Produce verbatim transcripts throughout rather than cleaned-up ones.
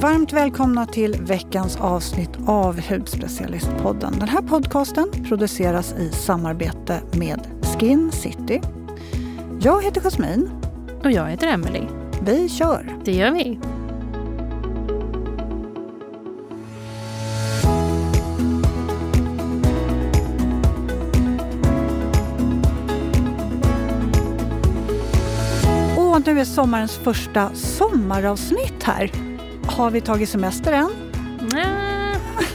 Varmt välkomna till veckans avsnitt av Hudspecialistpodden. Den här podcasten produceras i samarbete med Skin City. Jag heter Jasmin. Och jag heter Emily. Vi kör! Det gör vi. Och nu är sommarens första sommaravsnitt här. Har vi tagit semester än? Mm.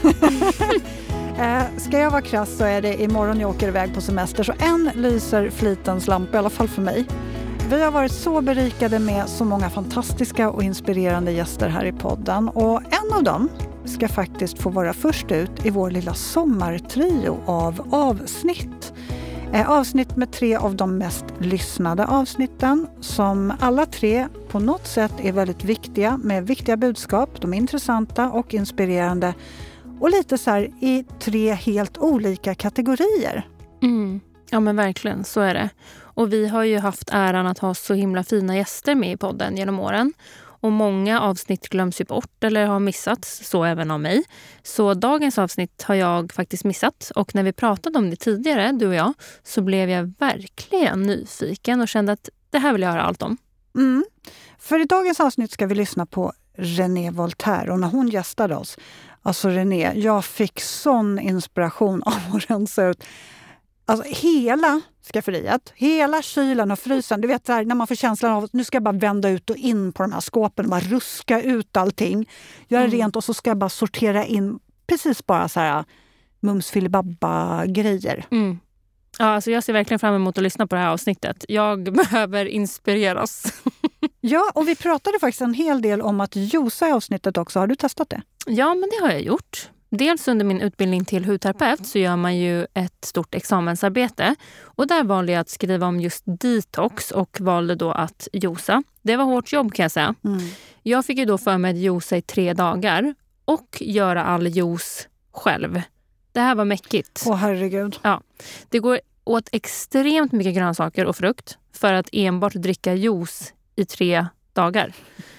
Ska jag vara krass så är det imorgon jag åker iväg på semester. Så än lyser flitens lampa, i alla fall för mig. Vi har varit så berikade med så många fantastiska och inspirerande gäster här i podden. Och en av dem ska faktiskt få vara först ut i vår lilla sommartrio av avsnitt. Avsnitt med tre av de mest lyssnade avsnitten som alla tre på något sätt är väldigt viktiga med viktiga budskap. De är intressanta och inspirerande och lite så här i tre helt olika kategorier. Mm. Ja men verkligen, så är det. Och vi har ju haft äran att ha så himla fina gäster med i podden genom åren. Och många avsnitt glöms ju bort eller har missats, så även av mig. Så dagens avsnitt har jag faktiskt missat. Och när vi pratade om det tidigare, du och jag, så blev jag verkligen nyfiken och kände att det här vill jag höra allt om. Mm. För i dagens avsnitt ska vi lyssna på René Voltaire. Och när hon gästade oss, alltså René, jag fick sån inspiration av att rensa ut alltså hela skafferiet, hela kylen och frysen. Du vet där, när man får känslan av att nu ska jag bara vända ut och in på de här skåpen, bara ruska ut allting, göra mm. rent och så ska jag bara sortera in precis bara så här mums filibabba grejer. Mm. Ja, alltså jag ser verkligen fram emot att lyssna på det här avsnittet. Jag behöver inspireras. Ja, och vi pratade faktiskt en hel del om att juica i avsnittet också. Har du testat det? Ja, men det har jag gjort. Dels under min utbildning till hudterapeut så gör man ju ett stort examensarbete. Och där valde jag att skriva om just detox och valde då att juica. Det var hårt jobb kan jag säga. Mm. Jag fick ju då för mig att juica i tre dagar och göra all juice själv. Det här var mäckigt. Åh herregud. Ja, det går åt extremt mycket grönsaker och frukt för att enbart dricka juice i tre dagar.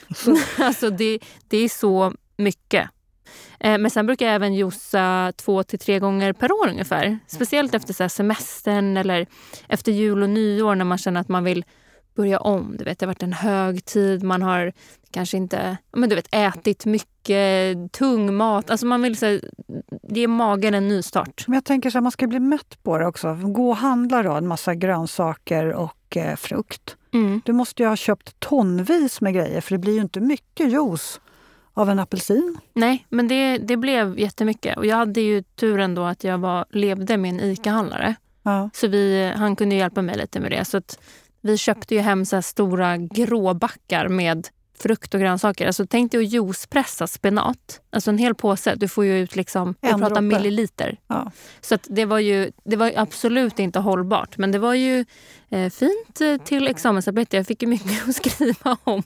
Alltså det, det är så mycket. Men sen brukar jag även juica två till tre gånger per år ungefär. Speciellt efter så här semestern eller efter jul och nyår när man känner att man vill börja om. Du vet, det har varit en hög tid. Man har kanske inte men du vet, ätit mycket tung mat. Alltså man vill så ge magen en ny start. Men jag tänker så här, man ska bli mätt på det också. Gå och handla då en massa grönsaker och eh, frukt. Mm. Du måste ju ha köpt tonvis med grejer för det blir ju inte mycket juice av en apelsin. Nej, men det, det blev jättemycket. Och jag hade ju turen då att jag var, levde med en ICA-handlare. Ja. Så vi, han kunde hjälpa mig lite med det. Så att vi köpte ju hem så här stora gråbackar med frukt och grönsaker. Alltså tänk dig att juicepressa spenat. Alltså en hel påse. Du får ju ut liksom, jag pratar milliliter. Ja. Så att det var ju, det var absolut inte hållbart. Men det var ju eh, fint till examensarbete. Jag fick ju mycket att skriva om.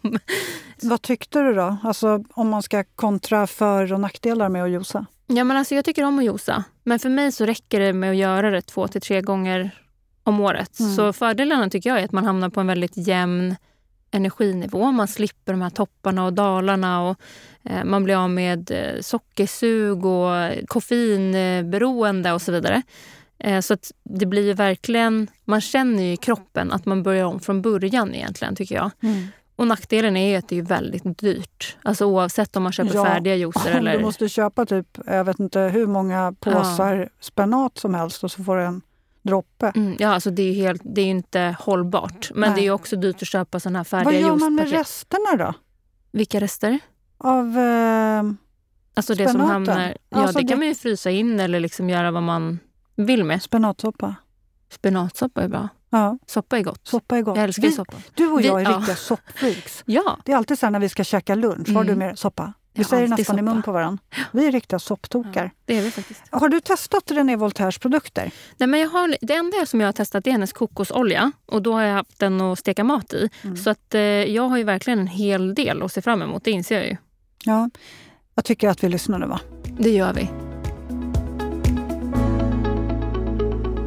Vad tyckte du då? Alltså om man ska kontra för- och nackdelar med att juica? Ja men alltså jag tycker om att juica. Men för mig så räcker det med att göra det två till tre gånger om året. Mm. Så fördelarna tycker jag är att man hamnar på en väldigt jämn energinivå. Man slipper de här topparna och dalarna och eh, man blir av med eh, sockersug och koffeinberoende och så vidare. Eh, så att det blir ju verkligen, man känner ju i kroppen att man börjar om från början egentligen tycker jag. Mm. Och nackdelen är ju att det är väldigt dyrt. Alltså oavsett om man köper ja, färdiga juicer eller... Du måste köpa typ, jag vet inte hur många påsar ja. spenat som helst och så får du en droppe. Mm, ja, alltså det är ju helt, det är ju inte hållbart. Men Nej. det är ju också dyrt att köpa sådana här färdiga juicepaket. Vad gör man med resterna då? Vilka rester? Av eh, Alltså det spenaten. som hamnar... Ja, alltså det, det kan man ju frysa in eller liksom göra vad man vill med. Spenatsoppa. Spenatsoppa är bra. Ja. Soppa är gott. Soppa är gott. Jag älskar vi, soppa. Du och jag är vi, riktiga ja. soppfreaks. Ja. Det är alltid så här när vi ska käka lunch. Mm. Har du mer soppa? Vi säger nästan soppa. I mun på varandra. Vi är riktiga sopptokar. Ja, det är vi faktiskt. Har du testat René Voltaires produkter? Nej, men jag har, det enda som jag har testat är hennes kokosolja. Och då har jag haft den att steka mat i. Mm. Så att, eh, jag har ju verkligen en hel del att se fram emot. Det inser jag ju. Ja, jag tycker att vi lyssnar nu va? Det gör vi.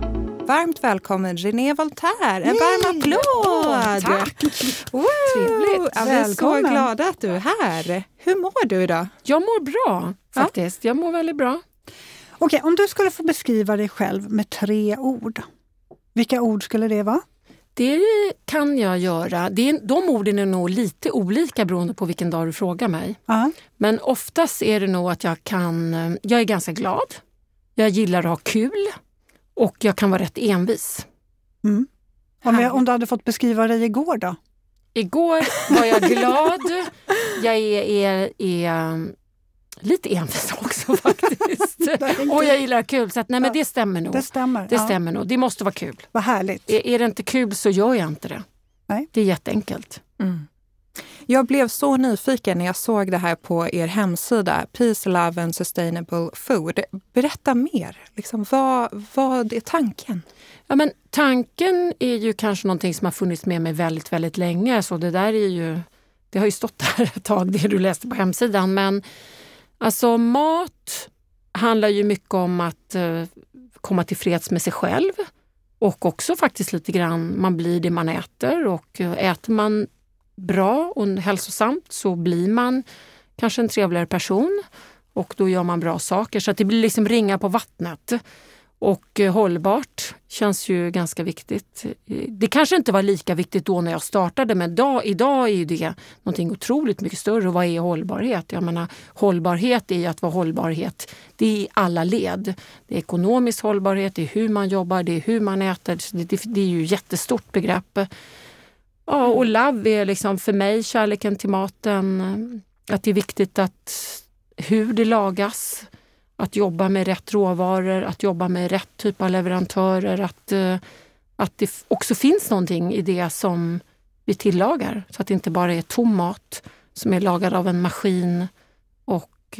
Varmt välkommen René Voltaire. En varm applåd. Tack. Wow. Trevligt. Ja, vi är så glada att du är här. Hur mår du idag? Jag mår bra faktiskt. Ja. Jag mår väldigt bra. Okej, om du skulle få beskriva dig själv med tre ord. Vilka ord skulle det vara? Det kan jag göra. Det är, de orden är nog lite olika beroende på vilken dag du frågar mig. Uh-huh. Men oftast är det nog att jag kan... Jag är ganska glad. Jag gillar att ha kul. Och jag kan vara rätt envis. Mm. Om, jag, om du hade fått beskriva dig igår då? Igår var jag glad. Jag är, är, är lite envis också faktiskt. Och jag gillar kul. Så att, nej, men det stämmer nog. Det stämmer. Det ja. stämmer nog. Det måste vara kul. Vad härligt. Är, är det inte kul så gör jag inte det. Nej. Det är jätteenkelt. Mm. Jag blev så nyfiken när jag såg det här på er hemsida. Peace, Love and Sustainable Food. Berätta mer. Liksom, vad, vad är tanken? Ja, men tanken är ju kanske någonting som har funnits med mig väldigt, väldigt länge. Så det där är ju... Det har ju stått där ett tag, det du läste på hemsidan. Men alltså mat handlar ju mycket om att uh, komma till freds med sig själv. Och också faktiskt lite grann, man blir det man äter. Och uh, äter man bra och hälsosamt så blir man kanske en trevligare person. Och då gör man bra saker. Så att det blir liksom ringa på vattnet. Och uh, hållbart känns ju ganska viktigt. Det kanske inte var lika viktigt då när jag startade, men idag, idag är ju det någonting otroligt mycket större. Och vad är hållbarhet? Jag menar, hållbarhet är ju att vara hållbarhet. Det är i alla led. Det är ekonomisk hållbarhet, det är hur man jobbar, det är hur man äter. Det, det, det är ju ett jättestort begrepp. Ja, och love är liksom för mig kärleken till maten. Att det är viktigt att hur det lagas. Att jobba med rätt råvaror, att jobba med rätt typ av leverantörer. Att, att det också finns någonting i det som vi tillagar. Så att det inte bara är tom mat som är lagad av en maskin. Och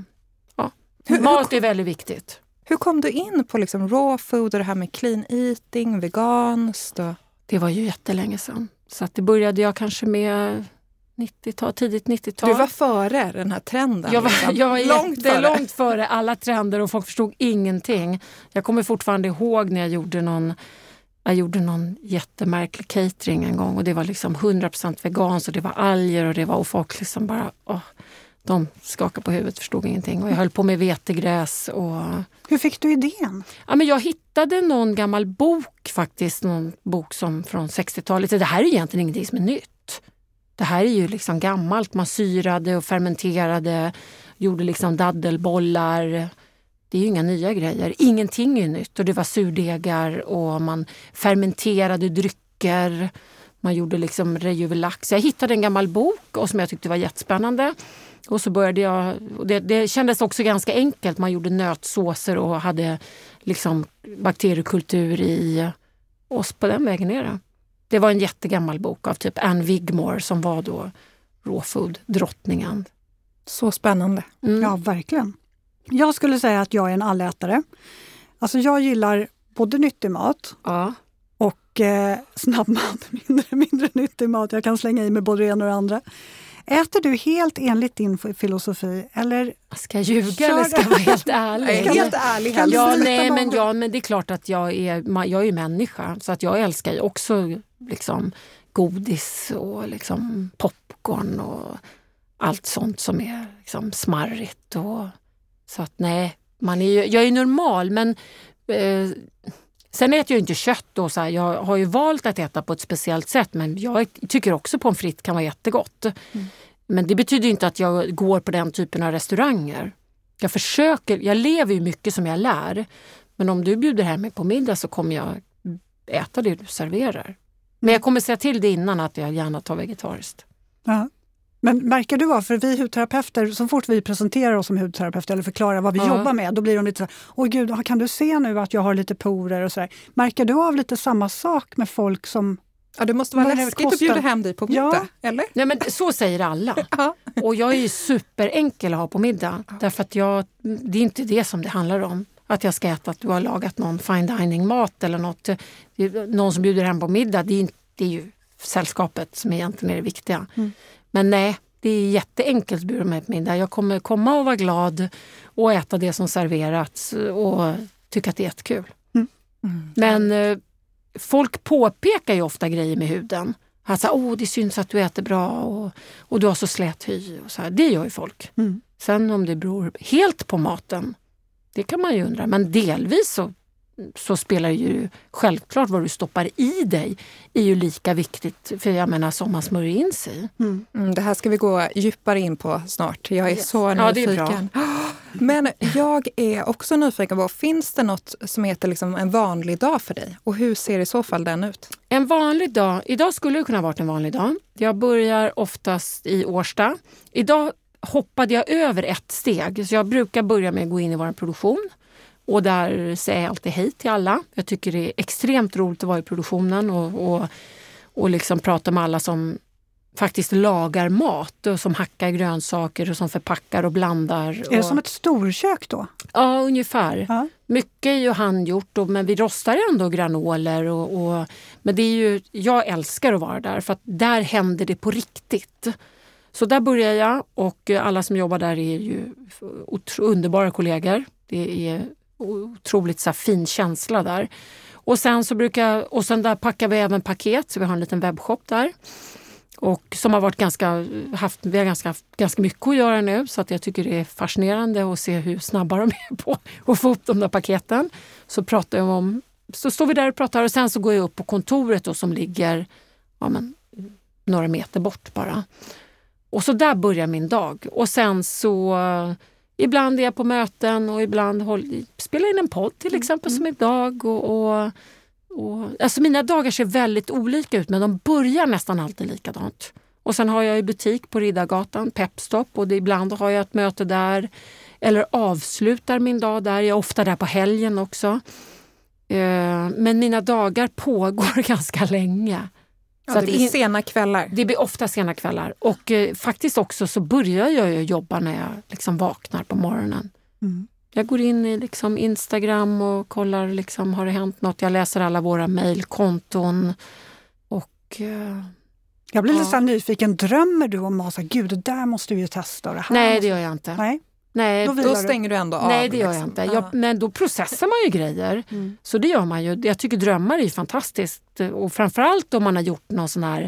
ja, hur, mat är väldigt viktigt. Hur kom du in på liksom raw food och det här med clean eating, veganskt? Och... Det var ju jättelänge sedan. Så att det började jag kanske med... nittiotal, tidigt nittiotal. Du var före den här trenden. Jag var, liksom. jag var långt, jätte, före. långt före alla trender och folk förstod ingenting. Jag kommer fortfarande ihåg när jag gjorde någon, jag gjorde någon jättemärklig catering en gång och det var liksom hundra procent veganskt och det var alger och det var och folk liksom bara, åh, de skakade på huvudet, förstod ingenting. Och jag höll på med vetegräs och... Hur fick du idén? Ja, men jag hittade någon gammal bok faktiskt, någon bok som från sextiotalet. Det här är egentligen ingenting som är nytt. Det här är ju liksom gammalt. Man syrade och fermenterade, gjorde liksom daddelbollar. Det är ju inga nya grejer. Ingenting är nytt. Och det var surdegar och man fermenterade drycker. Man gjorde liksom rejuvelax. Jag hittade en gammal bok och som jag tyckte var jättespännande. Och så började jag... Och det, det kändes också ganska enkelt. Man gjorde nötsåser och hade liksom bakteriekultur i oss på den vägen ner. Det var en jättegammal bok av typ Anne Wigmore som var då raw food-drottningen. Så spännande. Mm. Ja, verkligen. Jag skulle säga att jag är en allätare. Alltså jag gillar både nyttig mat ja. och eh, snabbmat, mindre, mindre nyttig mat. Jag kan slänga i mig både det ena och det andra. Äter du helt enligt din filosofi? Eller ska jag ljuga eller ska jag vara helt ärlig? Nej, helt ärlig. Ja, nej, men, ja, men det är klart att jag är, jag är människa. Så att jag älskar ju också liksom, godis och liksom, popcorn och allt sånt som är liksom, smarrigt. Och, så att nej, man är ju, jag är normal men... Eh, Sen äter jag inte kött och så här, jag har ju valt att äta på ett speciellt sätt men jag tycker också pommes frites kan vara jättegott. Mm. Men det betyder inte att jag går på den typen av restauranger. Jag försöker, jag lever ju mycket som jag lär. Men om du bjuder hem mig på middag så kommer jag äta det du serverar. Men jag kommer säga till det innan att jag gärna tar vegetariskt. Ja. Men märker du vad, för vi hudterapeuter, så fort vi presenterar oss som hudterapeuter eller förklarar vad vi ja. jobbar med, då blir de lite så här, åh gud, kan du se nu att jag har lite porer och sådär. Märker du av lite samma sak med folk som... Ja, det måste vara läskigt att bjuda hem dig på middag, ja. eller? Nej, men så säger alla. Och jag är ju superenkel att ha på middag. Därför att jag, det är inte det som det handlar om. Att jag ska äta, att du har lagat någon fine dining mat eller något. Någon som bjuder hem på middag, det är, det är ju sällskapet som egentligen är det viktiga. Mm. Men nej, det är jätteenkelt att bjuda mig på middag. Jag kommer komma och vara glad och äta det som serverats och tycka att det är jättekul. Mm. Mm. Men eh, folk påpekar ju ofta grejer med huden. Alltså, åh, det syns att du äter bra och, och du har så slät hy. Och så här. Det gör ju folk. Mm. Sen om det beror helt på maten, det kan man ju undra. Men delvis så, så spelar ju självklart vad du stoppar i dig är ju lika viktigt. För jag menar som man smörjer in sig. Mm. Mm, det här ska vi gå djupare in på snart. Jag är yes. så nyfiken. Ja, det är bra. Men jag är också nyfiken på, finns det något som heter liksom en vanlig dag för dig? Och hur ser i så fall den ut? En vanlig dag, idag skulle det kunna vara en vanlig dag. Jag börjar oftast i Årsta. Idag hoppade jag över ett steg. Så jag brukar börja med att gå in i vår produktion. Och där säger jag alltid hej till alla. Jag tycker det är extremt roligt att vara i produktionen och, och, och liksom prata med alla som faktiskt lagar mat och som hackar grönsaker och som förpackar och blandar. Är det och... som ett storkök då? Ja, ungefär. Ja. Mycket är ju handgjort, och, men vi rostar ändå granoler. Och, och, men det är ju, jag älskar att vara där för att där händer det på riktigt. Så där börjar jag, och alla som jobbar där är ju otro, underbara kollegor. Det är otroligt så här, fin känsla där. Och sen så brukar, och sen där packar vi även paket, så vi har en liten webbshop där. Och som har varit ganska, haft, vi har ganska, ganska mycket att göra nu, så att jag tycker det är fascinerande att se hur snabba de är på att få upp de där paketen. Så pratar jag om, så står vi där och pratar, och sen så går jag upp på kontoret då, som ligger ja, men, några meter bort bara. Och så där börjar min dag. Och sen så ibland är jag på möten och ibland håll, spelar in en podd till exempel mm. som idag. Och, och, och, alltså mina dagar ser väldigt olika ut, men de börjar nästan alltid likadant. Och sen har jag i butik på Riddargatan, Pepstop, och det, ibland har jag ett möte där. Eller avslutar min dag där. Jag är ofta där på helgen också. Uh, men mina dagar pågår ganska länge. Ja, så det blir in, sena kvällar. Det blir ofta sena kvällar. Och eh, faktiskt också så börjar jag ju jobba när jag liksom vaknar på morgonen. Mm. Jag går in i liksom Instagram och kollar, liksom, har det hänt något? Jag läser alla våra mejlkonton. Och... Eh, jag blir ja. lite så nyfiken. Drömmer du om att gud, det där måste vi ju testa? Och det här Nej, måste... det gör jag inte. Nej. Nej, då, då stänger du ändå av. Nej, det gör liksom. jag inte. Jag, men då processar man ju grejer. Mm. Så det gör man ju. Jag tycker drömmar är fantastiskt. Och framförallt om man har gjort någon sån här...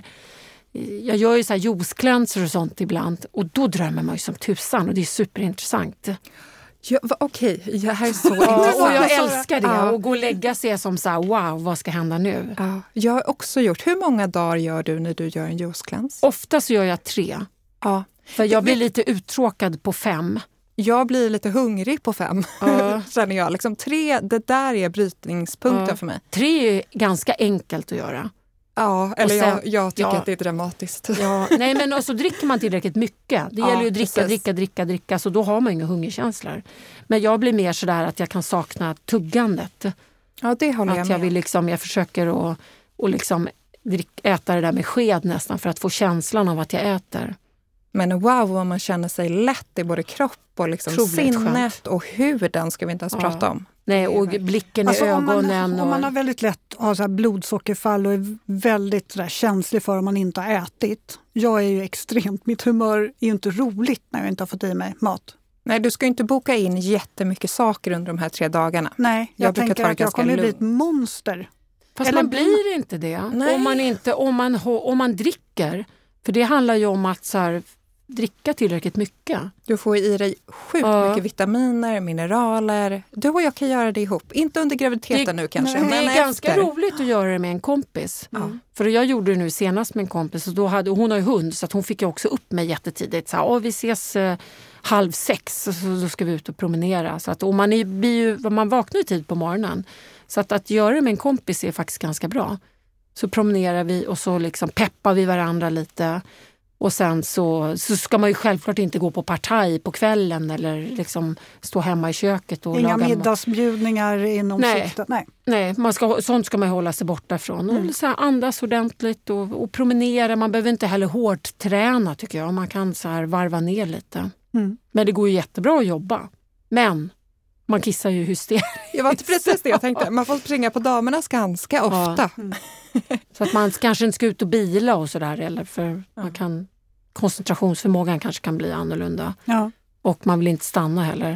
Jag gör ju så här juiceklänser och sånt ibland. Och då drömmer man ju som tusan. Och det är superintressant. Ja, Okej, okay. Det här är så ja, intressant. Och jag älskar det. Ja. Och gå och lägga sig som så här, wow, vad ska hända nu? Ja. Jag har också gjort. Hur många dagar gör du när du gör en juicekläns? Ofta så gör jag tre. Ja. För jag blir lite uttråkad på fem. Jag blir lite hungrig på fem, uh. känner jag. Liksom tre, det där är brytningspunkten uh. för mig. Tre är ganska enkelt att göra. Ja, eller sen, jag, jag tycker ja, att det är dramatiskt. Ja, nej, men också dricker man tillräckligt mycket. Det ja, gäller ju att dricka, precis. dricka, dricka, dricka. Så då har man inga hungerkänslor. Men jag blir mer sådär att jag kan sakna tuggandet. Ja, det håller jag att med. Jag, vill liksom, jag försöker att och liksom äta det där med sked nästan för att få känslan av att jag äter. Men wow, vad man känner sig lätt i både kropp och liksom sinnet skönt. Och huden ska vi inte ens ja. prata om. Nej, och blicken alltså, i ögonen. Om man, och... om man har väldigt lätt att ha så här blodsockerfall och är väldigt så där känslig för om man inte har ätit. Jag är ju extremt, mitt humör är ju inte roligt när jag inte har fått i mig mat. Nej, du ska inte boka in jättemycket saker under de här tre dagarna. Nej, jag, jag tänker att jag kommer bli ett monster. Fast Eller man blir inte det. Om man, inte, om, man, om man dricker. För det handlar ju om att så här, dricka tillräckligt mycket. Du får i dig sjukt ja. mycket vitaminer, mineraler. Du och jag kan göra det ihop. Inte under graviditeten det, nu kanske. Nej, men det är efter. ganska roligt att göra det med en kompis. Mm. För jag gjorde det nu senast med en kompis. Och då hade, hon har ju hund så att hon fick ju också upp mig jättetidigt. Så här, vi ses eh, halv sex så då ska vi ut och promenera. Så att, och man, är, blir ju, man vaknar ju tid på morgonen. Så att, att göra det med en kompis är faktiskt ganska bra. Så promenerar vi och så liksom peppar vi varandra lite. Och sen så, så ska man ju självklart inte gå på partaj på kvällen eller liksom stå hemma i köket. Och Inga laga middagsbjudningar inom nej, siktet? Nej, nej man ska, sånt ska man hålla sig borta från. Mm. Och så här, andas ordentligt och, och promenera. Man behöver inte heller hårt träna tycker jag. Man kan så här varva ner lite. Mm. Men det går ju jättebra att jobba. Men man kissar ju hysteriskt. Jag var inte precis det jag tänkte. Man får springa på damernas ganska ofta. Ja. Mm. Så att man kanske inte ska ut och bila och sådär. Eller för ja. man kan, koncentrationsförmågan kanske kan bli annorlunda. Ja. Och man vill inte stanna heller.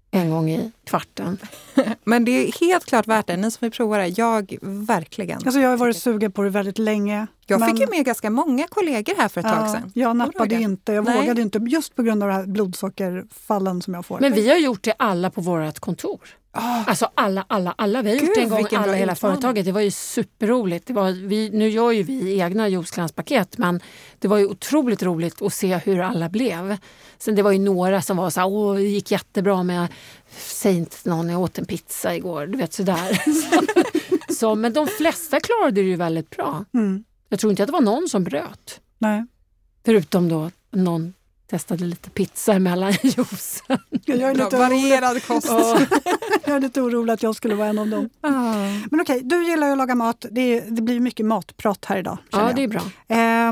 en gång i kvarten. Men det är helt klart värt det. Ni som vill prova det, jag verkligen. Alltså jag har varit sugen på det väldigt länge. Jag men... fick ju med ganska många kollegor här för ett ja, tag sedan. Jag nappade inte, jag Nej. vågade inte just på grund av det här blodsockerfallen som jag får. Men vi har gjort det alla på vårt kontor. Oh. Alltså alla, alla, alla. Vi har Gud, gjort det en gång, vilken alla bra hela utmaning. företaget. Det var ju superroligt. Det var, vi, nu gör ju vi egna juiceglanspaket, men det var ju otroligt roligt att se hur alla blev. Sen det var ju några som var så här, åh det gick jättebra med, säg inte till någon, jag åt en pizza igår, du vet sådär. så, så, men de flesta klarade det ju väldigt bra. Mm. Jag tror inte att det var någon som bröt. Nej. Förutom då någon testade lite pizza emellan juicen. Jag är lite varierad kost. jag är lite orolig att jag skulle vara en av dem. Ah. Men okej, du gillar ju att laga mat. Det, är, det blir mycket matprat här idag. Ja, det är bra. Eh,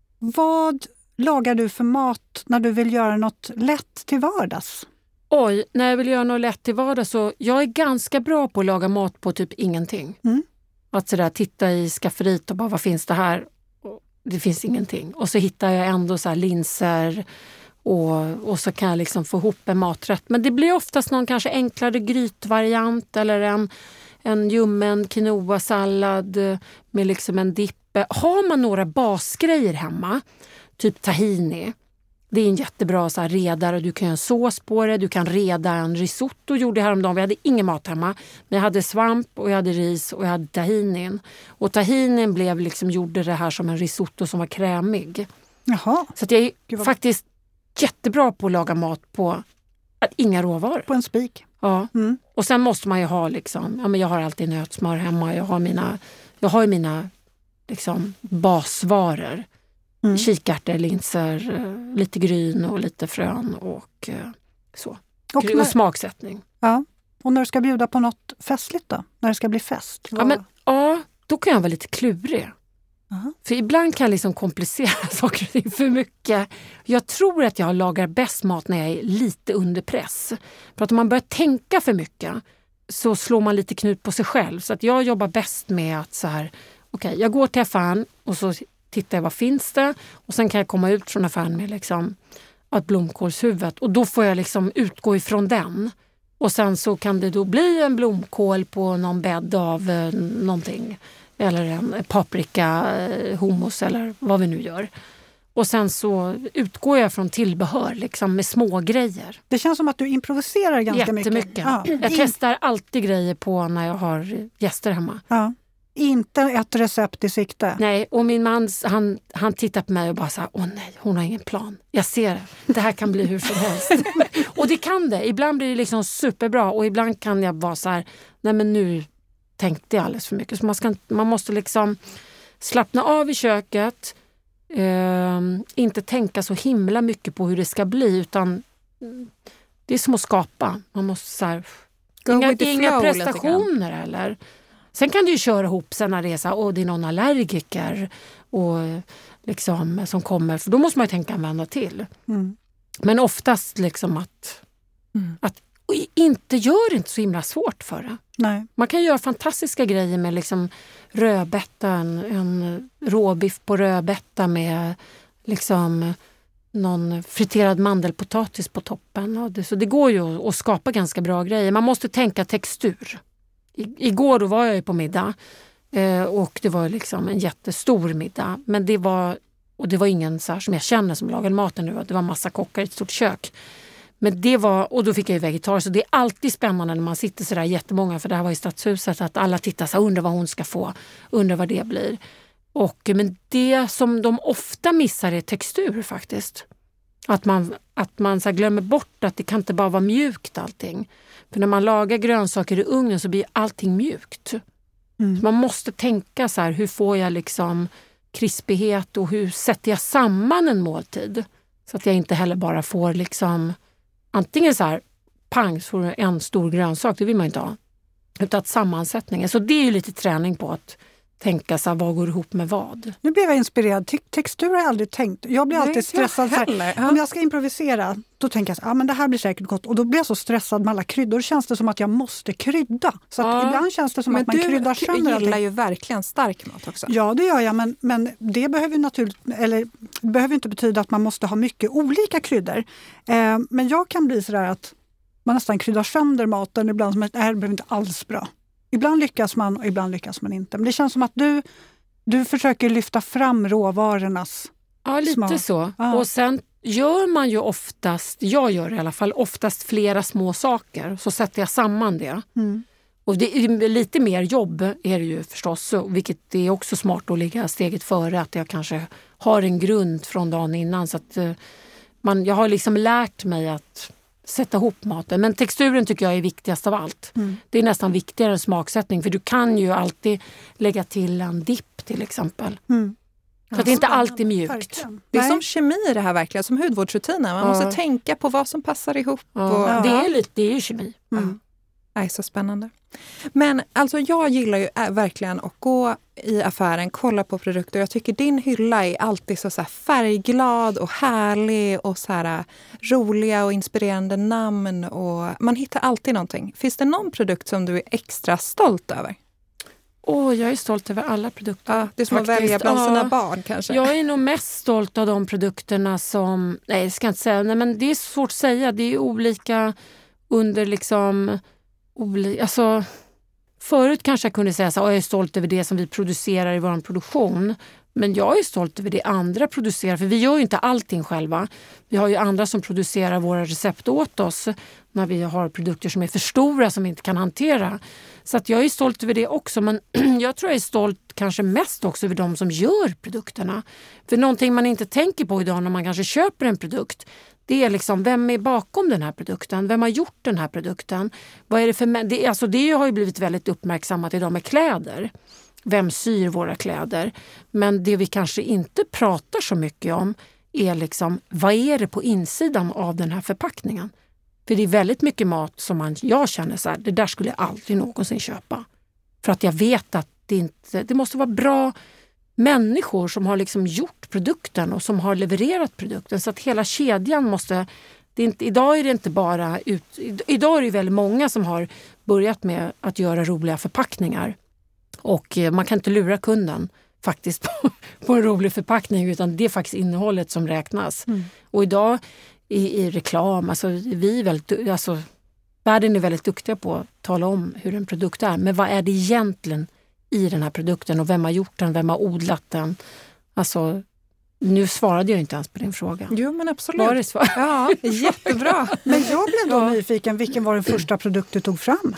vad lagar du för mat när du vill göra något lätt till vardags? Oj, när jag vill göra något lätt till vardags så jag är ganska bra på att laga mat på typ ingenting. Mm. Att sådär titta i skafferiet och bara vad finns det här? Och det finns ingenting. Och så hittar jag ändå så här linser och, och så kan jag liksom få ihop en maträtt. Men det blir oftast någon kanske enklare grytvariant eller en, en ljummen quinoa-sallad med liksom en dipp. Har man några basgrejer hemma, typ tahini, det är en jättebra så här redare. Du kan göra en sås på det. Du kan reda en risotto. Gjorde jag häromdagen. Vi hade ingen mat hemma. Men jag hade svamp och jag hade ris och jag hade tahinin. Och tahinin blev liksom, gjorde det här som en risotto som var krämig. Jaha. Så att jag är Gud, vad... faktiskt jättebra på att laga mat på att inga råvaror. På en spik. Ja. Mm. Och sen måste man ju ha liksom, ja men jag har alltid nötsmör hemma. Jag har mina, jag har ju mina liksom basvaror. Mm. Kikärtor, linser, lite gryn och lite frön och så. Och, när, och smaksättning. Ja. Och när du ska bjuda på något festligt då? När det ska bli fest? Ja, men, ja, då kan jag vara lite klurig. Uh-huh. För ibland kan jag liksom komplicera saker och ting för mycket. Jag tror att jag lagar bäst mat när jag är lite under press. För att om man börjar tänka för mycket så slår man lite knut på sig själv. Så att jag jobbar bäst med att så här, okej, okay, jag går till affären och så tittar jag vad finns det och sen kan jag komma ut från affären med liksom ett blomkålshuvud och då får jag liksom utgå ifrån den. Och sen så kan det då bli en blomkål på någon bädd av eh, någonting. Eller en paprika, eh, hummus eller vad vi nu gör. Och sen så utgår jag från tillbehör liksom med små grejer. Det känns som att du improviserar ganska mycket. Jättemycket. Ja. Jag testar alltid grejer på när jag har gäster hemma. Ja. Inte ett recept i sikte. Nej, och min man han, han tittar på mig och bara så här, åh nej, hon har ingen plan. Jag ser det. Det här kan bli hur som helst. Och det kan det. Ibland blir det liksom superbra och ibland kan jag vara så här, nej men nu tänkte jag alldeles för mycket. Så man, ska, man måste liksom slappna av i köket. Eh, inte tänka så himla mycket på hur det ska bli utan det är som att skapa. Man måste så här, inga, inga prestationer eller... Sen kan du ju köra ihop sen när det är så här, åh, det är någon allergiker och liksom, som kommer. För då måste man ju tänka en vända till. Mm. Men oftast liksom att, mm. att inte gör det inte så himla svårt för det. Nej. Man kan göra fantastiska grejer med liksom rödbetta, en, en råbiff på rödbetta med liksom någon friterad mandelpotatis på toppen. Och det, så det går ju att, att skapa ganska bra grejer. Man måste tänka textur. I, igår då var jag ju på middag eh, och det var liksom en jättestor middag. Men det var, och det var ingen så här som jag känner som lagade maten nu. Det var massa kockar i ett stort kök. Men det var, och då fick jag ju vegetarisk. Så det är alltid spännande när man sitter så där jättemånga, för det här var i Stadshuset, att alla tittar så här, undrar vad hon ska få, undrar vad det blir. Och, men det som de ofta missar är textur faktiskt. Att man, att man så här glömmer bort att det kan inte bara vara mjukt allting. För när man lagar grönsaker i ugnen så blir allting mjukt. Mm. Så man måste tänka så här, hur får jag liksom krispighet och hur sätter jag samman en måltid? Så att jag inte heller bara får liksom antingen så här pang så får du en stor grönsak, det vill man inte ha. Utan att sammansättningen, så det är ju lite träning på att tänka så här, vad går ihop med vad. Nu blev jag inspirerad. Te- textur har jag aldrig tänkt. Jag blir alltid stressad. Så här, ja. Om jag ska improvisera, då tänker jag så här, ah, men det här blir säkert gott. Och då blir jag så stressad med alla kryddor. Då känns det som att jag måste krydda. Så att ja. Ibland känns det som men att man kryddar sönder. Men du gillar ju verkligen stark mat också. Ja, det gör jag. Men, men det behöver naturligt, eller behöver inte betyda att man måste ha mycket olika kryddor. Eh, men jag kan bli så där att man nästan kryddar sönder maten. Ibland som att det här blir inte alls bra. Ibland lyckas man och ibland lyckas man inte. Men det känns som att du, du försöker lyfta fram råvarornas Ja, lite smak. så. Ja. Och sen gör man ju oftast, jag gör i alla fall, oftast flera små saker. Så sätter jag samman det. Mm. Och det är lite mer jobb är det ju förstås, vilket är också smart att ligga steget före, att jag kanske har en grund från dagen innan. Så att man, jag har liksom lärt mig att sätta ihop maten. Men texturen tycker jag är viktigast av allt. Mm. Det är nästan viktigare än smaksättning, för du kan ju alltid lägga till en dipp till exempel. Mm. Så att det är inte alltid mjukt. Verkligen. Det är Nej. som kemi det här verkligen, som hudvårdsrutiner. Man Ja. måste tänka på vad som passar ihop. Ja, Och, det är lite, det är ju kemi. Mm. Nej, så spännande. Men alltså jag gillar ju äh, verkligen att gå i affären, kolla på produkter. Jag tycker din hylla är alltid så, så här färgglad och härlig och så här roliga och inspirerande namn. Och man hittar alltid någonting. Finns det någon produkt som du är extra stolt över? Åh, jag är stolt över alla produkter. Ja, det är som Faktiskt. att välja bland sina Ja. barn kanske. Jag är nog mest stolt av de produkterna som, nej jag ska inte säga, nej, men det är svårt att säga. Det är olika under liksom, oli, alltså förut kanske jag kunde säga så här, jag är stolt över det som vi producerar i vår produktion. Men jag är stolt över det andra producerar, för vi gör ju inte allting själva. Vi har ju andra som producerar våra recept åt oss när vi har produkter som är för stora som vi inte kan hantera. Så att jag är stolt över det också, men jag tror jag är stolt kanske mest också över de som gör produkterna. För någonting man inte tänker på idag när man kanske köper en produkt, det är liksom, vem är bakom den här produkten? Vem har gjort den här produkten? Vad är det för, det, alltså det har ju blivit väldigt uppmärksammat idag med kläder. Vem syr våra kläder? Men det vi kanske inte pratar så mycket om är liksom, vad är det på insidan av den här förpackningen? För det är väldigt mycket mat som man, jag känner så här, det där skulle jag aldrig någonsin köpa. För att jag vet att det inte, det måste vara bra människor som har liksom gjort produkten och som har levererat produkten. Så att hela kedjan måste, det är inte, idag är det inte bara, ut, idag är det väldigt många som har börjat med att göra roliga förpackningar. Och man kan inte lura kunden faktiskt på, på en rolig förpackning, utan det är faktiskt innehållet som räknas. Mm. Och idag i, i reklam, alltså vi är väldigt, alltså världen är väldigt duktiga på att tala om hur en produkt är. Men vad är det egentligen i den här produkten och vem har gjort den, vem har odlat den? Alltså, nu svarade jag inte ens på din fråga. Jo, men absolut. Var det svar? Ja, jättebra. Men jag blev då nyfiken, vilken var den första produkt du tog fram?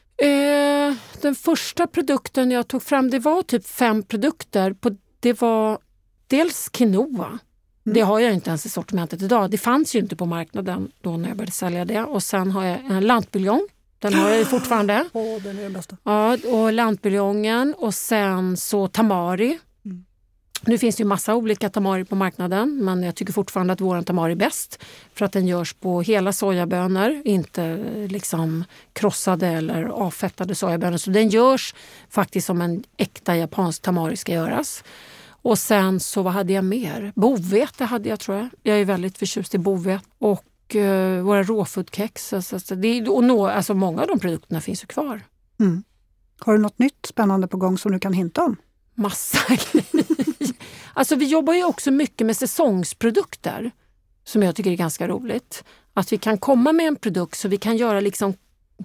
Eh, den första produkten jag tog fram, det var typ fem produkter. På, det var dels quinoa. Mm. Det har jag inte ens i sortimentet idag. Det fanns ju inte på marknaden då när jag började sälja det. Och sen har jag en lantbuljong. Den har jag ju fortfarande. Åh, den är den bästa. Ja, och lantbuljongen. Och sen så tamari. Mm. Nu finns det ju massa olika tamari på marknaden. Men jag tycker fortfarande att våran tamari är bäst. För att den görs på hela sojabönor. Inte liksom krossade eller avfettade sojabönor. Så den görs faktiskt som en äkta japansk tamari ska göras. Och sen så vad hade jag mer? Bovete hade jag, tror jag. Jag är väldigt förtjust i bovete. Och uh, våra råfoodkex. Alltså, alltså, det, och nå, alltså, många av de produkterna finns ju kvar. Mm. Har du något nytt spännande på gång som du kan hinta om? Massa grejer. Alltså vi jobbar ju också mycket med säsongsprodukter. Som jag tycker är ganska roligt. Att vi kan komma med en produkt så vi kan göra liksom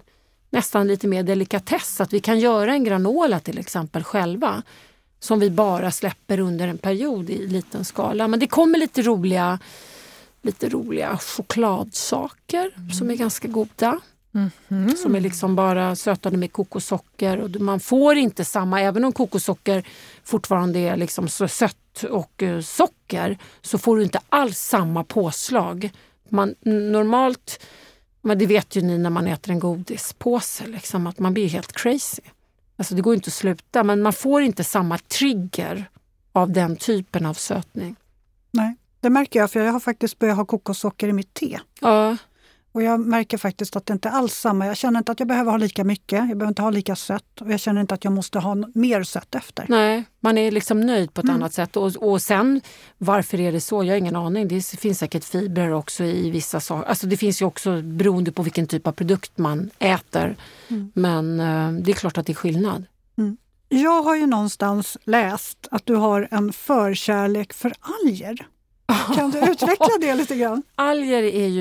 nästan lite mer delikatess. Att vi kan göra en granola till exempel själva. Som vi bara släpper under en period i liten skala. Men det kommer lite roliga, lite roliga chokladsaker mm. som är ganska goda. Mm-hmm. Som är liksom bara sötade med kokossocker. Och man får inte samma, även om kokossocker fortfarande är liksom så sött och uh, socker. Så får du inte alls samma påslag. Man, normalt, men det vet ju ni när man äter en godispåse. Liksom, att man blir helt crazy. Alltså det går inte att sluta, men man får inte samma trigger av den typen av sötning. Nej, det märker jag, för jag har faktiskt börjat ha kokossocker i mitt te. Ja. Och jag märker faktiskt att det inte alls samma. Jag känner inte att jag behöver ha lika mycket, jag behöver inte ha lika sött. Och jag känner inte att jag måste ha mer sött efter. Nej, man är liksom nöjd på ett mm. annat sätt. Och, och sen, varför är det så? Jag har ingen aning. Det finns säkert fibrer också i vissa saker. Alltså det finns ju också beroende på vilken typ av produkt man äter. Mm. Men uh, det är klart att det är skillnad. Mm. Jag har ju någonstans läst att du har en förkärlek för alger. Kan du utveckla det lite grann? Alger är ju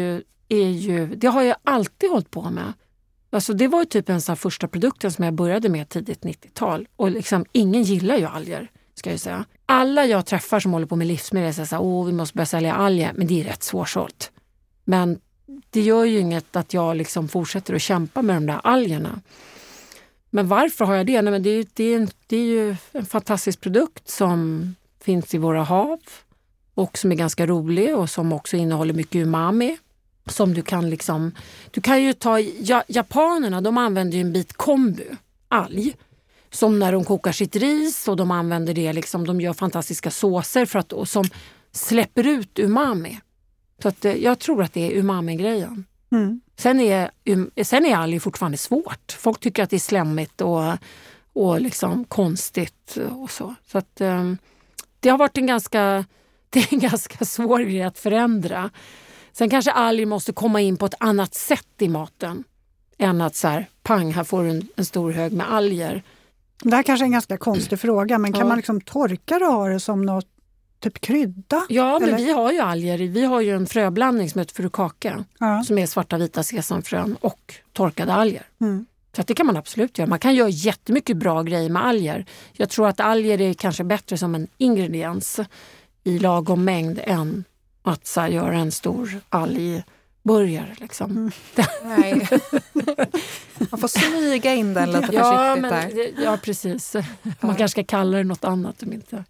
är ju, det har jag alltid hållit på med. Alltså det var ju typ en sån första produkten som jag började med tidigt nittiotal. Och liksom, ingen gillar ju alger, ska jag säga. Alla jag träffar som håller på med livsmedel säger så här, åh vi måste börja sälja alger. Men det är rätt svårsålt. Men det gör ju inget att jag liksom fortsätter att kämpa med de där algerna. Men varför har jag det? Nej, men det, är, det, är en, det är ju en fantastisk produkt som finns i våra hav. Och som är ganska rolig och som också innehåller mycket umami. Som du kan liksom, du kan ju ta, ja, japanerna de använder ju en bit kombu, alg. Som när de kokar sitt ris och de använder det liksom, de gör fantastiska såser för att, och som släpper ut umami. Så att jag tror att det är umami-grejen. Mm. Sen är, um, sen är alg fortfarande svårt. Folk tycker att det är slemmigt och, och liksom konstigt och så. Så att um, det har varit en ganska, det är en ganska svår grej att förändra. Sen kanske alger måste komma in på ett annat sätt i maten. Än att så här, pang, här får du en, en stor hög med alger. Det här kanske är en ganska konstig fråga, men kan ja. man liksom torka det och ha det som något typ krydda? Ja, men eller? vi har ju alger. Vi har ju en fröblandning som heter furikake. Ja. Som är svarta vita sesamfrön och torkade alger. Mm. Så att det kan man absolut göra. Man kan göra jättemycket bra grejer med alger. Jag tror att alger är kanske bättre som en ingrediens i lagom mängd än att så här, göra en stor algburgare. Liksom. Mm. Nej. Man får smyga in den lite ja, försiktigt men, där. ja, precis. Man kanske ska kalla det något annat om inte.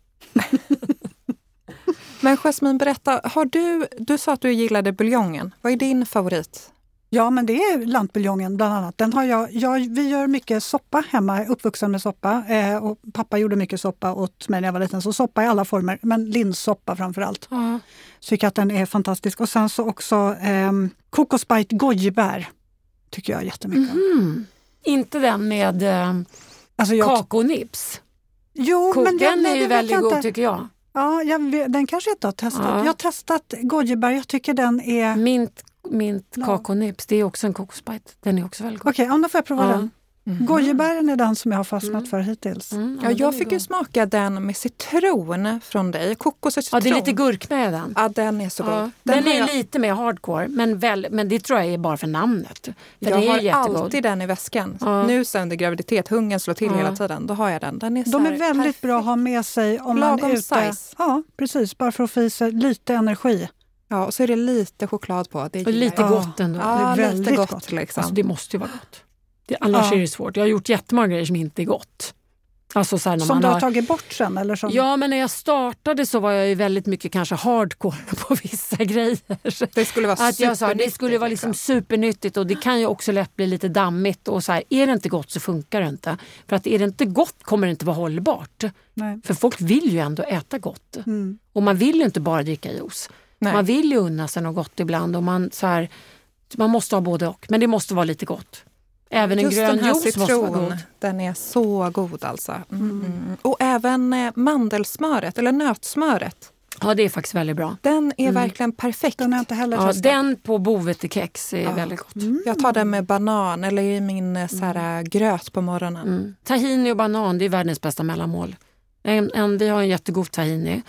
Men Jasmine, berätta, har du, du sa att du gillade buljongen. Vad är din favorit? Ja, men det är lantbuljongen bland annat. Den har jag, jag, vi gör mycket soppa hemma, uppvuxen med soppa. Eh, och pappa gjorde mycket soppa åt mig när jag var liten. Så soppa i alla former, men linssoppa framför allt. Ja. Så tycker att den är fantastisk. Och sen så också eh, kokosbite gojibär tycker jag jättemycket om. Mm. Inte den med eh, Alltså jag, kakonips. jo, Ko- men den jag, är ju det vet väldigt jag god inte. tycker jag. Ja, jag, vet- den kanske jag inte har testat. Ja. Jag har testat gojibär, jag tycker den är... Mint, mint Ja. kakonips, det är också en kokosbite. Den är också väldigt god. Okej, okay, då får jag prova Ja. den. Gojibären är den som jag har fastnat Mm. för hittills. Mm, Ja, den jag är fick ju god. smaka den med citron från dig. Kokos och citron. Ja, det är lite gurk med den. Ja, den är så god. Ja. Den, Den, har är jag, lite mer hardcore, men, väl, men det tror jag är bara för namnet. För jag det är har jättegod. alltid den i väskan. Ja. Nu sen under graviditet, hungern slår till Ja. hela tiden. Då har jag den. Den är så De är här väldigt perfekt. bra att ha med sig om Lagom man är ute. size. Ja, precis. Bara för att få i sig lite energi. Ja, och så är det lite choklad på. Det Och gillar lite jag. Ja. gott ändå. Ja, Det är lite väldigt gott, gott. liksom. Alltså, det måste ju vara gott. Det, annars Ja. är det svårt. Jag har gjort jättemånga grejer som inte är gott. Alltså, så här, när Som man du har har... tagit bort sen? Eller som... Ja, men när jag startade så var jag ju väldigt mycket kanske hardcore på vissa grejer. Det skulle vara Att jag sa det supernyttigt, skulle vara liksom supernyttigt och det kan ju också lätt bli lite dammigt. Och så här, är det inte gott så funkar det inte. För att är det inte gott kommer det inte vara hållbart. Nej. För folk vill ju ändå äta gott. Mm. Och man vill ju inte bara dricka juice. Nej. Man vill ju unna sig något gott ibland. Och man, så här, man måste ha både och. Men det måste vara lite gott. Även en Just grön den här juice måste vara citron, god. den är så god alltså. Mm. Mm. Och även eh, mandelsmöret, eller nötsmöret. Ja, det är faktiskt väldigt bra. Den är Mm. verkligen perfekt. Den har jag inte heller Ja, testat. den på bovetekex är Ja. väldigt gott. Mm. Jag tar den med banan eller i min eh, så här, gröt på morgonen. Mm. Tahini och banan, det är världens bästa mellanmål. En, en, vi har en jättegod tahini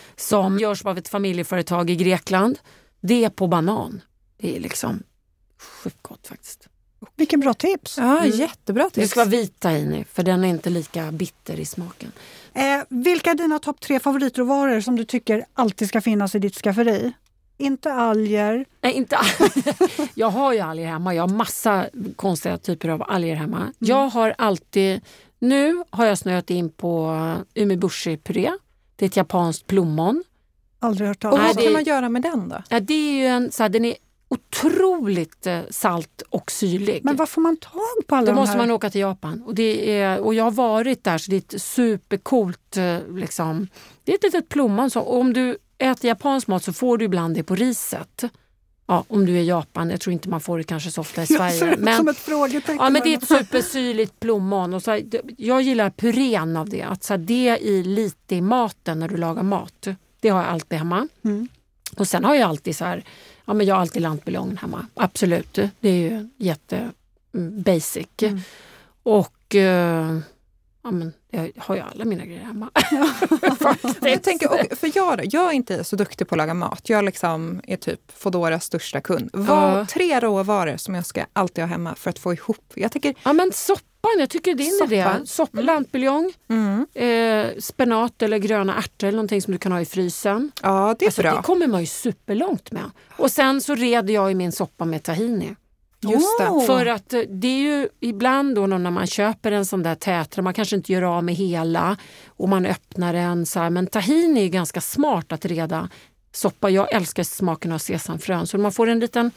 som görs av ett familjeföretag i Grekland. Det är på banan. Det är liksom sjukt gott faktiskt. Vilken bra tips. Ja, Mm. jättebra Det tips. ska vara vit tahini för den är inte lika bitter i smaken. Eh, vilka är dina topp tre favoritråvaror som du tycker alltid ska finnas i ditt skafferi? Inte alger. Nej, inte alger. Jag har ju alger hemma. Jag har massa konstiga typer av alger hemma. Mm. Jag har alltid... Nu har jag snöat in på umeboshi-puré. Det är ett japanskt plommon. Aldrig hört Och talas vad om. Nej, kan det- man göra med den då? Ja, det är ju en... Så här, den är otroligt eh, salt och syrlig. Men var får man tag på alla Då de måste här? man åka till Japan. Och, det är, och jag har varit där så det är ett supercoolt... Eh, liksom. Det är ett litet plommon. Så om du äter japansk mat så får du ibland det på riset. Ja, om du är i Japan. Jag tror inte man får det kanske så ofta i Jag ser Sverige. ut Men, som ett frågetecken. ja, men det är ett supersyrligt plommon. Och så här, det- jag gillar purén av det. Att så här, det i lite i maten när du lagar mat. Det har jag alltid hemma. Mm. Och sen har jag alltid så här... Ja, men jag har alltid lantbuljongen hemma. Absolut. Det är ju jätte mm, basic. Mm. Och... Eh, Ja, men jag har ju alla mina grejer hemma. Jag tänker, och för jag, då, jag är inte så duktig på att laga mat. Jag liksom är typ Foodoras största kund. Vad Ja. tre råvaror som jag ska alltid ha hemma för att få ihop? Jag tänker, Ja, men soppan, jag tycker det är Soppa. idé. Soppa, lantbuljong, mm, eh, spenat eller gröna ärtor eller någonting som du kan ha i frysen. ja, det är Alltså, bra. det kommer man ju superlångt med. Och sen så reder jag i min soppa med tahini. Just det. Åh. För att eh, det är ju ibland då när man köper en sån där tätra, man kanske inte gör av med hela och man öppnar den så här. Men tahini är ju ganska smart att reda soppa. Jag älskar smaken av sesamfrön. Så man får en liten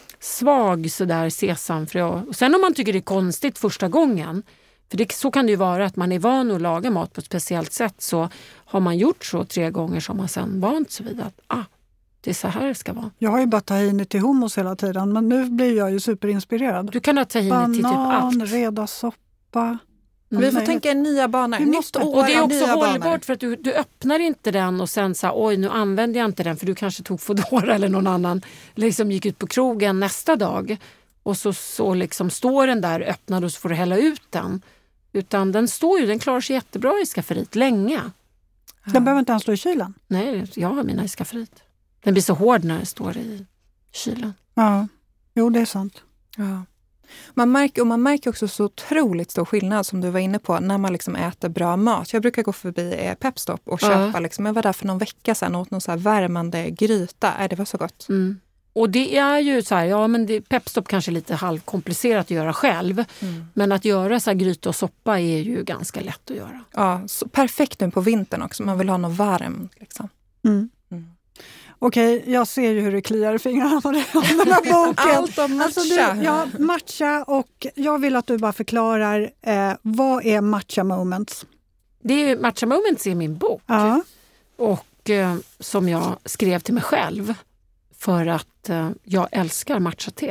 svag sådär sesamfrö. Och sen om man tycker det är konstigt första gången, för det, så kan det ju vara att man är van att laga mat på ett speciellt sätt, så har man gjort så tre gånger som man sen vant sig vid att ah, det är så här det ska vara. Jag har ju bara tahini till hummus hela tiden, men nu blir jag ju superinspirerad. Du kan ha tahini till typ Banan, allt. reda soppa. Vi får Nej. tänka nya banor. Vi Nytt måste- år, Och det är också nya hållbart banor. för att du, du öppnar inte den och sen så här, oj nu använder jag inte den för du kanske tog Foodora eller någon annan liksom gick ut på krogen nästa dag och så, så liksom står den där öppnad och så får du hälla ut den. Utan den står ju, den klarar sig jättebra i skafferiet länge. Den behöver inte ens stå i kylen. Nej, jag har mina i skafferiet. Den blir så hård när det står i kylen. Ja, jo det är sant. Ja. Man märker, och man märker också så otroligt stor skillnad som du var inne på när man liksom äter bra mat. Jag brukar gå förbi eh, Pepstop och Ja. köpa, liksom, jag var där för någon vecka sedan och åt någon så här värmande gryta. Äh, det var så gott. Mm. Och det är ju så här, ja men det, Pepstop kanske är lite halvkomplicerat att göra själv. Mm. Men att göra så här gryta och soppa är ju ganska lätt att göra. Ja, så perfekt nu på vintern också. Man vill ha något varmt. Liksom. Mm. Mm. Okej, jag ser ju hur det kliar i fingrarna på det- om den här boken. Allt om matcha. Alltså du, ja, matcha, och jag vill att du bara förklarar eh, vad är matcha moments? Det är ju, Matcha Moments är min bok Ja. och eh, som jag skrev till mig själv för att eh, jag älskar matcha-te.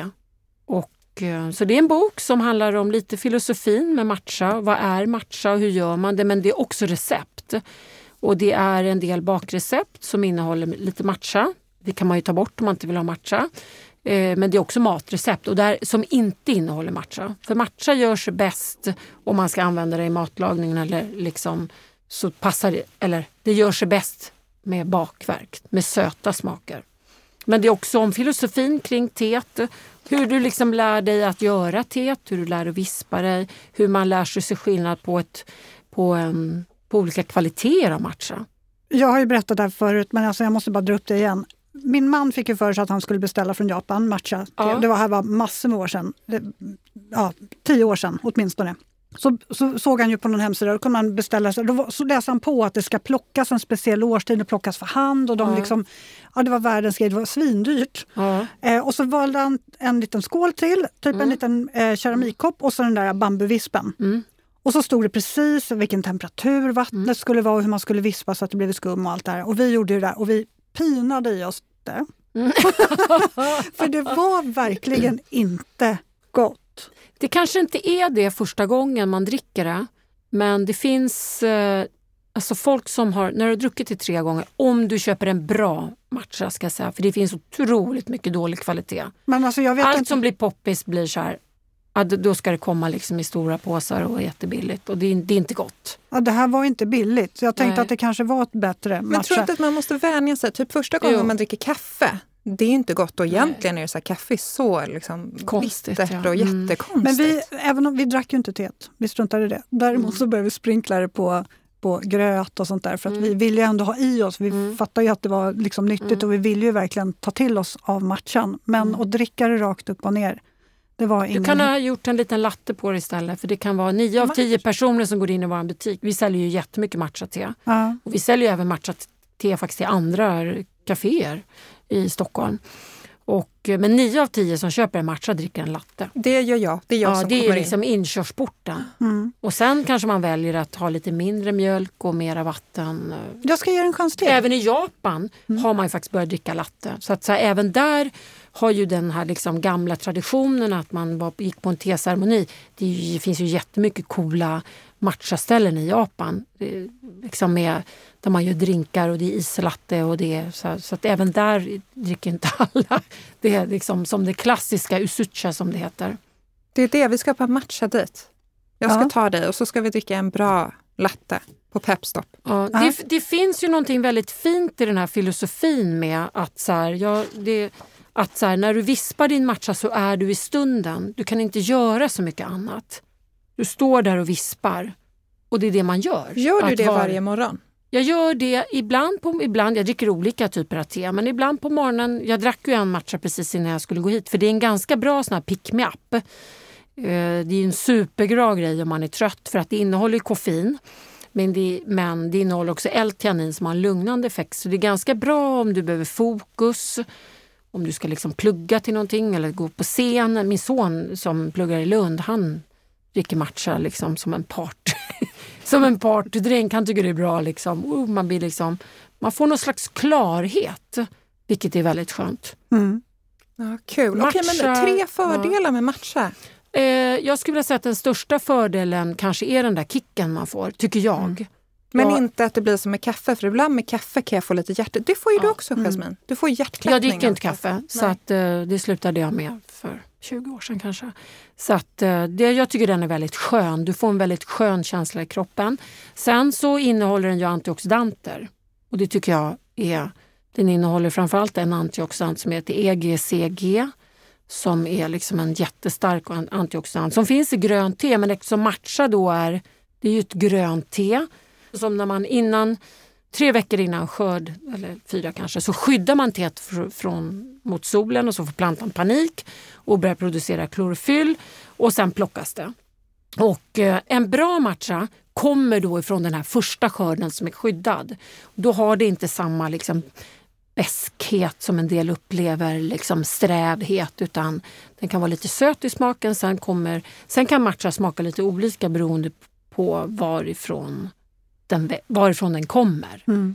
Och, eh, så det är en bok som handlar om lite filosofin med matcha. Vad är matcha och hur gör man det? Men det är också recept. Och det är en del bakrecept som innehåller lite matcha. Det kan man ju ta bort om man inte vill ha matcha. Eh, men det är också matrecept och där, som inte innehåller matcha. För matcha görs bäst om man ska använda det i matlagningen eller liksom så passar det, eller det gör sig bäst med bakverk, med söta smaker. Men det är också om filosofin kring teet, hur du liksom lär dig att göra teet, hur du lär dig att vispa dig, hur man lär sig se skillnad på, ett, på, en, på olika kvaliteter av matcha. Jag har ju berättat det här förut, men alltså jag måste bara dra upp det igen. Min man fick ju för sig att han skulle beställa från Japan matcha. Ja. Det var här var massor med år sedan. Det, ja, tio år sedan åtminstone. Så, så såg han ju på någon hemsida, då kunde man beställa sig. Då var, så läste han på att det ska plockas en speciell årstid och plockas för hand. Och de Ja. liksom, ja, det var världens grej, det var svindyrt. Ja. Eh, och så valde han en liten skål till, typ Mm. en liten eh, keramikkopp och så den där bambuvispen. Mm. Och så stod det precis vilken temperatur vattnet Mm. skulle vara och hur man skulle vispa så att det blev skum och allt det här. Och vi gjorde det där och vi pinade i oss det. Mm. För det var verkligen inte gott. Det kanske inte är det första gången man dricker det, men det finns eh, alltså folk som har, när du har druckit det tre gånger, om du köper en bra matcha ska jag säga, för det finns otroligt mycket dålig kvalitet. Men alltså jag vet Allt inte. som blir poppis blir så här, ja, då ska det komma liksom i stora påsar och jättebilligt och det är, det är inte gott. Ja, det här var inte billigt. Så jag tänkte Nej. att det kanske var ett bättre Men tror matcha. du inte att man måste vänja sig? Typ första gången Jo. man dricker kaffe, det är inte gott. Och egentligen är det så här, kaffe är så liksom Konstigt, bittert ja. och Mm. jättekonstigt. Men vi, även om vi drack ju inte teet, vi struntade i det. Däremot Mm. så började vi sprinkla det på, på gröt och sånt där. För att Mm. vi ville ju ändå ha i oss. Vi Mm. fattade ju att det var liksom nyttigt Mm. och vi ville ju verkligen ta till oss av matchan. Men Mm. att dricka det rakt upp och ner, det var ingen... Du kan ha gjort en liten latte på det istället, för det kan vara nio av tio Matcha. personer som går in i vår butik. Vi säljer ju jättemycket matcha-te. Ja. Och vi säljer ju även matcha-te faktiskt till andra kaféer i Stockholm. Och, men nio av tio som köper en matcha dricker en latte. Det gör jag. Det är jag Ja, som det kommer är in. liksom inkörsporten. Mm. Och sen kanske man väljer att ha lite mindre mjölk och mera vatten. Jag ska ge er en chans till. Även i Japan Mm. har man ju faktiskt börjat dricka latte. Så att så här, även där har ju den här liksom gamla traditionen att man var, gick på en teceremoni. Det, är ju, det finns ju jättemycket coola matchaställen i Japan. Det är liksom med, där man gör drinkar och det är islatte och det är så, så att även där dricker inte alla. Det är liksom som det klassiska usucha som det heter. Det är det, vi ska på matcha dit. Jag ska Ja. ta dig och så ska vi dricka en bra latte på Pepstop. Ja, Ja. det, det finns ju någonting väldigt fint i den här filosofin med att, så här, ja, det, att så här, när du vispar din matcha så är du i stunden. Du kan inte göra så mycket annat. Du står där och vispar och det är det man gör. Gör du Att det var- varje morgon? Jag gör det ibland, på, ibland, jag dricker olika typer av te, men ibland på morgonen, jag drack ju en matcha precis innan jag skulle gå hit, för det är en ganska bra sån här pick-me-up. Eh, Det är en superbra grej om man är trött, för att det innehåller ju koffein, men det, men det innehåller också L-teanin som har en lugnande effekt, så det är ganska bra om du behöver fokus, om du ska liksom plugga till någonting eller gå på scen. Min son som pluggar i Lund, han dricker matcha liksom som en part. Som en partydrink, han tycker det är bra. Liksom. Oh, man, blir liksom, man får någon slags klarhet, vilket är väldigt skönt. Mm. Ja, kul. Matcha, Okej, men tre fördelar med matcha. Eh, jag skulle vilja säga att den största fördelen kanske är den där kicken man får, tycker jag. Mm. Men Ja. inte att det blir som med kaffe, för ibland med kaffe kan jag få lite hjärta. Det får ju du Ja. också, Jasmin. Du får hjärtklappning. Jag dricker av inte kaffe, så Nej. att, eh, det slutade jag med för tjugo år sedan kanske. Så att, eh, det, jag tycker den är väldigt skön. Du får en väldigt skön känsla i kroppen. Sen så innehåller den ju antioxidanter. Och det tycker jag är... Den innehåller framförallt en antioxidant som heter E G C G. Som är liksom en jättestark antioxidant. Som finns i grönt te, men eftersom matcha då är... Det är ju ett grönt te. Som när man innan... Tre veckor innan skörd, eller fyra kanske, så skyddar man teet fr- från, mot solen och så får plantan panik och börjar producera klorofyll och sen plockas det. Och eh, en bra matcha kommer då ifrån den här första skörden som är skyddad. Då har det inte samma liksom, bäskhet som en del upplever, liksom strävhet, utan den kan vara lite söt i smaken. Sen, kommer, sen kan matcha smaka lite olika beroende på varifrån Den, varifrån den kommer. Mm.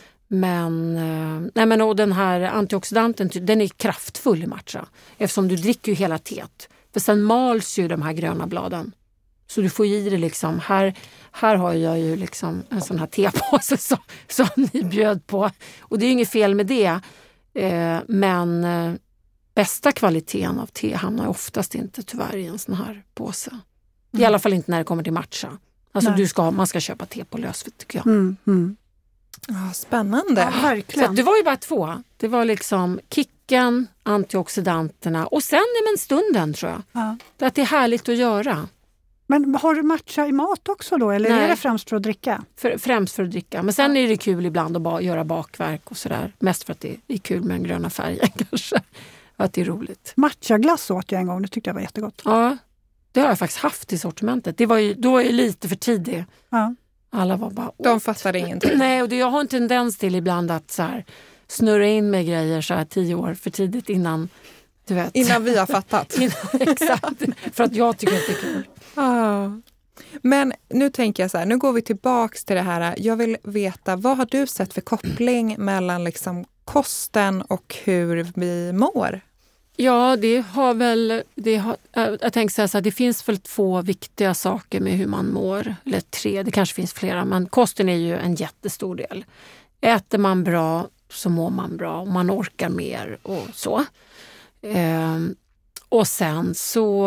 Men, eh, nej men och den här antioxidanten, den är kraftfull i matcha. Eftersom du dricker ju hela teet. För sen mals ju de här gröna bladen. Så du får i det liksom. Här, här har jag ju liksom en sån här tepåse som, som ni bjöd på. Och det är ju inget fel med det. Eh, men eh, bästa kvaliteten av te hamnar oftast inte tyvärr i en sån här påse. Mm. I alla fall inte när det kommer till matcha. Alltså du ska, man ska köpa te på lösvikt tycker jag. Mm. Mm. Ja, spännande. Ja, Så verkligen. att det var ju bara två. Det var liksom kicken, antioxidanterna och sen är men stunden tror jag. Ja. Det att det är härligt att göra. Men har du matcha i mat också då? Eller Nej. är det främst för att dricka? För, främst för att dricka. Men sen är det kul ibland att ba, göra bakverk och sådär. Mest för att det är kul med den gröna färgen kanske. Att det är roligt. Matchaglass åt jag en gång, det tyckte jag var jättegott. Ja, det har jag faktiskt haft i sortimentet. Det var ju, då var jag lite för tidig. Ja. Alla var bara... De fattar ingenting. Nej, och det, jag har en tendens till ibland att så här, snurra in med grejer så här tio år för tidigt innan, du vet. Innan vi har fattat. Innan, exakt, för att jag tycker att det är kul. Ah. Men nu tänker jag så här, nu går vi tillbaks till det här. Jag vill veta, vad har du sett för koppling mellan liksom kosten och hur vi mår? Ja, det har väl... Det har, jag tänker så här, så här, det finns väl två viktiga saker med hur man mår. Eller tre, det kanske finns flera, men kosten är ju en jättestor del. Äter man bra så mår man bra och man orkar mer och så. Ehm, och sen så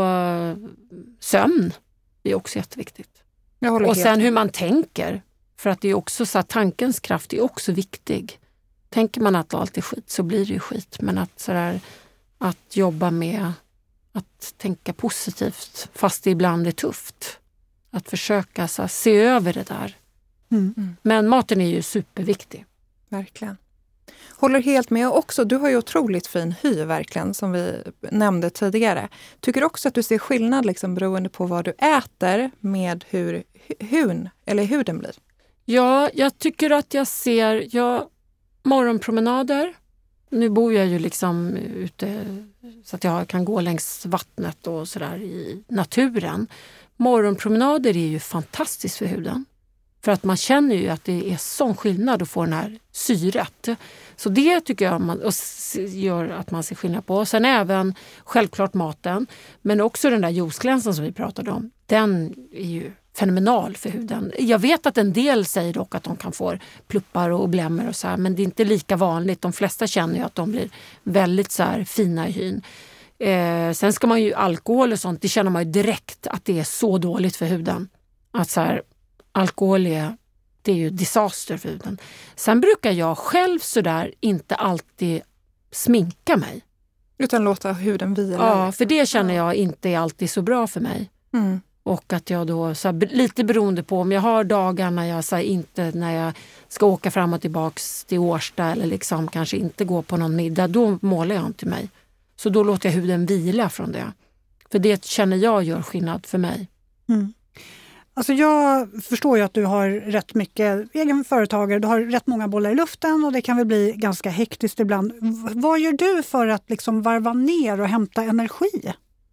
sömn är också jätteviktigt. Jag håller Och helt sen hur man tänker. För att det är också så att tankens kraft är också viktig. Tänker man att allt är skit så blir det ju skit. Men att, så där, att jobba med att tänka positivt fast det ibland är tufft. Att försöka så här, se över det där. Mm. Mm. Men maten är ju superviktig. Verkligen. Håller helt med. Och också, du har ju otroligt fin hy verkligen, som vi nämnde tidigare. Tycker du också att du ser skillnad liksom, beroende på vad du äter med hur huden, eller huden blir? Ja, jag tycker att jag ser jag, morgonpromenader. Nu bor jag ju liksom ute så att jag kan gå längs vattnet och sådär i naturen. Morgonpromenader är ju fantastiskt för huden. För att man känner ju att det är sån skillnad att få den här syret. Så det tycker jag man, och gör att man ser skillnad på. Och sen även självklart maten. Men också den där juiceglänsen som vi pratade om. Den är ju fenomenal för huden. Jag vet att en del säger dock att de kan få pluppar och blämmor och så här. Men det är inte lika vanligt. De flesta känner ju att de blir väldigt så här fina i hyn. Eh, sen ska man ju alkohol och sånt, det känner man ju direkt att det är så dåligt för huden. Att så här, alkohol är, det är ju disaster för huden. Sen brukar jag själv sådär inte alltid sminka mig. Utan låta huden vila. Ja, för det känner jag inte är alltid så bra för mig. Mm. Och att jag då, så här, lite beroende på om jag har dagar när jag så här, inte, när jag ska åka fram och tillbaks till Årsta eller liksom kanske inte gå på någon middag, då målar jag inte mig. Så då låter jag huden vila från det. För det känner jag gör skillnad för mig. Mm. Alltså jag förstår ju att du har rätt mycket egen företagare, du har rätt många bollar i luften och det kan väl bli ganska hektiskt ibland. V- vad gör du för att liksom varva ner och hämta energi?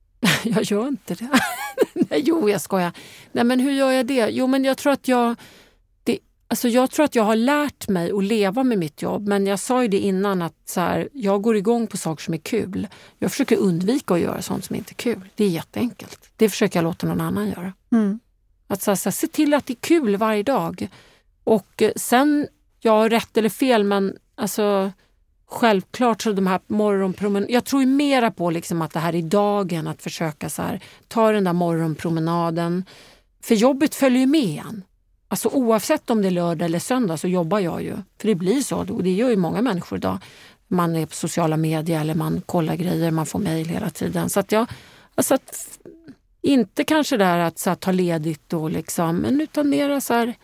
Jag gör inte det. Nej, jo, jag skojar. Nej, men hur gör jag det? Jo, men jag tror att jag... Det, alltså jag tror att jag har lärt mig att leva med mitt jobb. Men jag sa ju det innan att så här, jag går igång på saker som är kul. Jag försöker undvika att göra sånt som inte är kul. Det är jätteenkelt. Det försöker jag låta någon annan göra. Mm. Att så här, så här, se till att det är kul varje dag. Och sen, ja, rätt eller fel, men alltså... Självklart så de här morgonpromenaderna, jag tror ju mera på liksom att det här är dagen, att försöka så här, ta den där morgonpromenaden. För jobbet följer ju med igen. Alltså oavsett om det är lördag eller söndag så jobbar jag ju. För det blir så, och det gör ju många människor idag. Man är på sociala medier eller man kollar grejer, man får mejl hela tiden. Så att jag, alltså att, inte kanske där att så här, ta ledigt och liksom, men utan mera så här,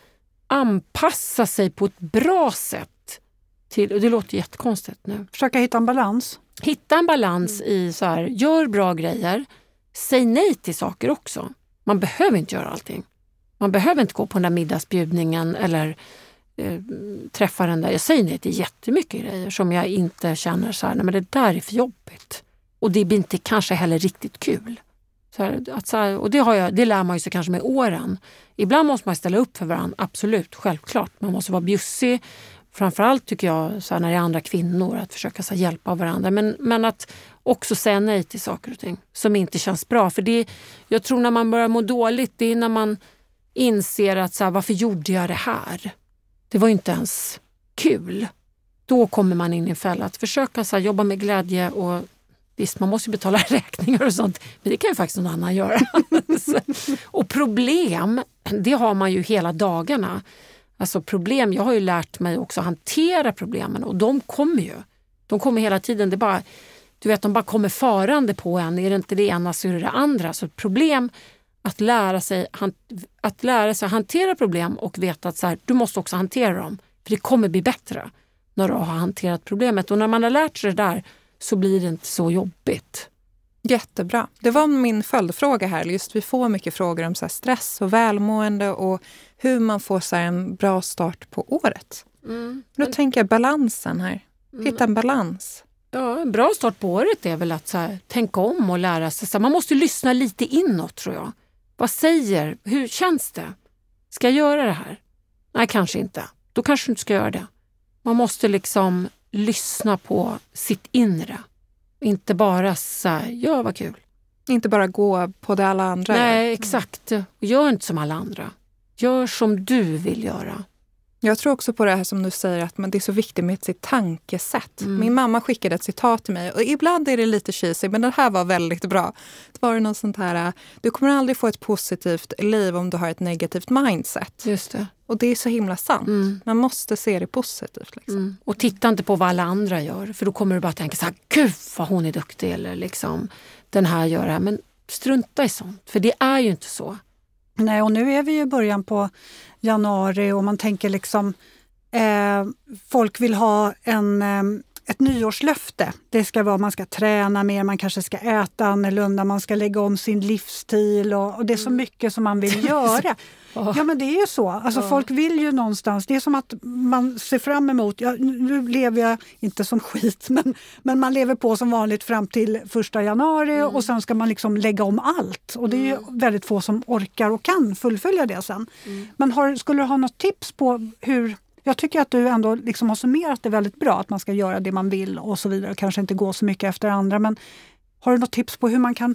anpassa sig på ett bra sätt. Till, och det låter jättekonstigt nu. Försöka hitta en balans. Hitta en balans mm. i så här, gör bra grejer. Säg nej till saker också. Man behöver inte göra allting. Man behöver inte gå på den där middagsbjudningen eller eh, träffa den där. Jag säger nej till jättemycket grejer som jag inte känner så här, nej men det där är för jobbigt. Och det blir inte kanske heller riktigt kul. Så här, att så här, och det, har jag, det lär man ju sig kanske med åren. Ibland måste man ställa upp för varandra, absolut, självklart. Man måste vara bjussig. Framförallt tycker jag så här, när det är andra kvinnor att försöka så här, hjälpa varandra. Men, men att också säga nej till saker och ting som inte känns bra. För det, jag tror när man börjar må dåligt, det är när man inser att så här, varför gjorde jag det här? Det var ju inte ens kul. Då kommer man in i en fälla. Att försöka så här, jobba med glädje och visst, man måste ju betala räkningar och sånt. Men det kan ju faktiskt någon annan göra. Och problem, det har man ju hela dagarna. Alltså problem, jag har ju lärt mig också att hantera problemen och de kommer ju. De kommer hela tiden, det bara, du vet, de bara kommer farande på en. Är det inte det ena så är det det andra. Så problem, att lära sig att lära sig hantera problem och veta att så här, du måste också hantera dem. För det kommer bli bättre när du har hanterat problemet. Och när man har lärt sig det där så blir det inte så jobbigt. Jättebra. Det var min följdfråga här. Just vi får mycket frågor om så här stress och välmående och hur man får så här en bra start på året. Mm. Då Men... tänker jag balansen här. Hitta en balans. Ja, en bra start på året är väl att så här, tänka om och lära sig. Så man måste lyssna lite inåt, tror jag. Vad säger? Hur känns det? Ska jag göra det här? Nej, kanske inte. Då kanske du inte ska göra det. Man måste liksom lyssna på sitt inre. Inte bara så här, ja vad kul. Inte bara gå på det alla andra gör. Nej, exakt. Gör inte som alla andra. Gör som du vill göra. Jag tror också på det här som du säger att det är så viktigt med sitt tankesätt. Mm. Min mamma skickade ett citat till mig och ibland är det lite cheesy men det här var väldigt bra. Det var något sånt här, du kommer aldrig få ett positivt liv om du har ett negativt mindset. Just det. Och det är så himla sant. Mm. Man måste se det positivt. Liksom. Mm. Och titta inte på vad alla andra gör för då kommer du bara tänka så här, gud vad hon är duktig eller liksom den här gör det här. Men strunta i sånt, för det är ju inte så. Nej, och nu är vi ju i början på januari och man tänker liksom eh, folk vill ha en, eh, ett nyårslöfte. Det ska vara, man ska träna mer, man kanske ska äta annorlunda, man ska lägga om sin livsstil och, och det är så mycket som man vill göra. Ja, men det är ju så. Alltså ja. Folk vill ju någonstans. Det är som att man ser fram emot, ja, nu lever jag inte som skit, men, men man lever på som vanligt fram till första januari mm. och sen ska man liksom lägga om allt. Och det är ju mm. väldigt få som orkar och kan fullfölja det sen. Mm. Men har, skulle du ha något tips på hur... Jag tycker att du ändå liksom har summerat det väldigt bra, att man ska göra det man vill och så vidare. Kanske inte gå så mycket efter andra, men har du något tips på hur man kan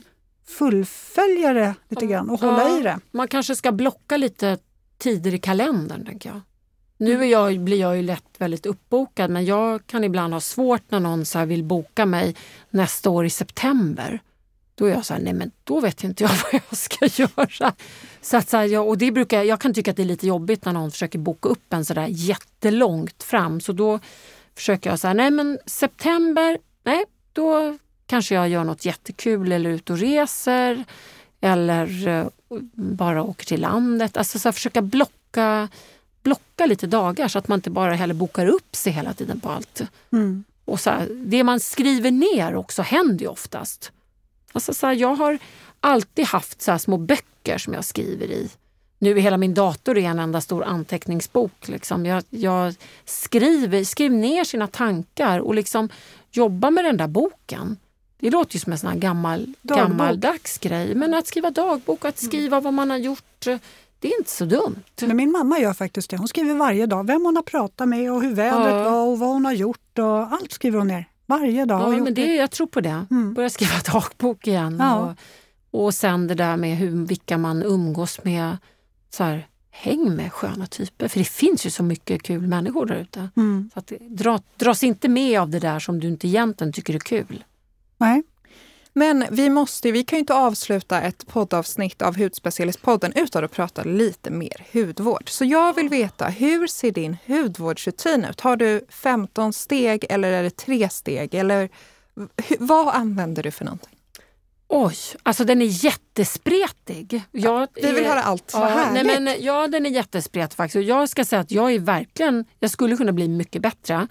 fullfölja det lite grann och hålla ja, i det? Man kanske ska blocka lite tider i kalendern, tänker jag. Nu är jag, blir jag ju lätt väldigt uppbokad, men jag kan ibland ha svårt när någon så här vill boka mig nästa år i september. Då är jag så här, nej men då vet inte jag vad jag ska göra. Så att, så här, jag, och det brukar, jag kan tycka att det är lite jobbigt när någon försöker boka upp en sådär jättelångt fram. Så då försöker jag säga, nej men september, nej då kanske jag gör något jättekul eller ut och reser. Eller uh, bara åker till landet. Alltså så här, försöka blocka, blocka lite dagar så att man inte bara heller bokar upp sig hela tiden på allt. Mm. Och så här, det man skriver ner också händer ju oftast. Alltså så här, jag har alltid haft så här små böcker som jag skriver i. Nu är hela min dator en enda stor anteckningsbok. Liksom. Jag, jag skriver, skriver ner sina tankar och liksom jobbar med den där boken. Det låter ju som en sån här gammal, gammaldags grej. Men att skriva dagbok, att skriva vad man har gjort, det är inte så dumt. Men min mamma gör faktiskt det. Hon skriver varje dag vem hon har pratat med och hur vädret Ja. var och vad hon har gjort. Och allt skriver hon ner. Varje dag. Ja, har men gjort det, jag tror på det. Mm. Börja skriva dagbok igen. Ja. Och, och sen det där med hur, vilka man umgås med. Så här, häng med sköna typer. För det finns ju så mycket kul människor där ute. Mm. Så att, dra, dras inte med av det där som du inte egentligen tycker är kul. Nej. Men vi måste, vi kan ju inte avsluta ett poddavsnitt av Hudspecialistpodden utan att prata lite mer hudvård. Så jag vill veta, hur ser din hudvårdsrutin ut? Har du femton steg eller är det tre steg? Eller hur, vad använder du för någonting? Oj, alltså den är jättespretig. Jag, Vi vill höra allt. Ja, Vad härligt. nej men, ja, den är jättespretig faktiskt. Och jag ska säga att jag är verkligen, jag skulle kunna bli mycket bättre.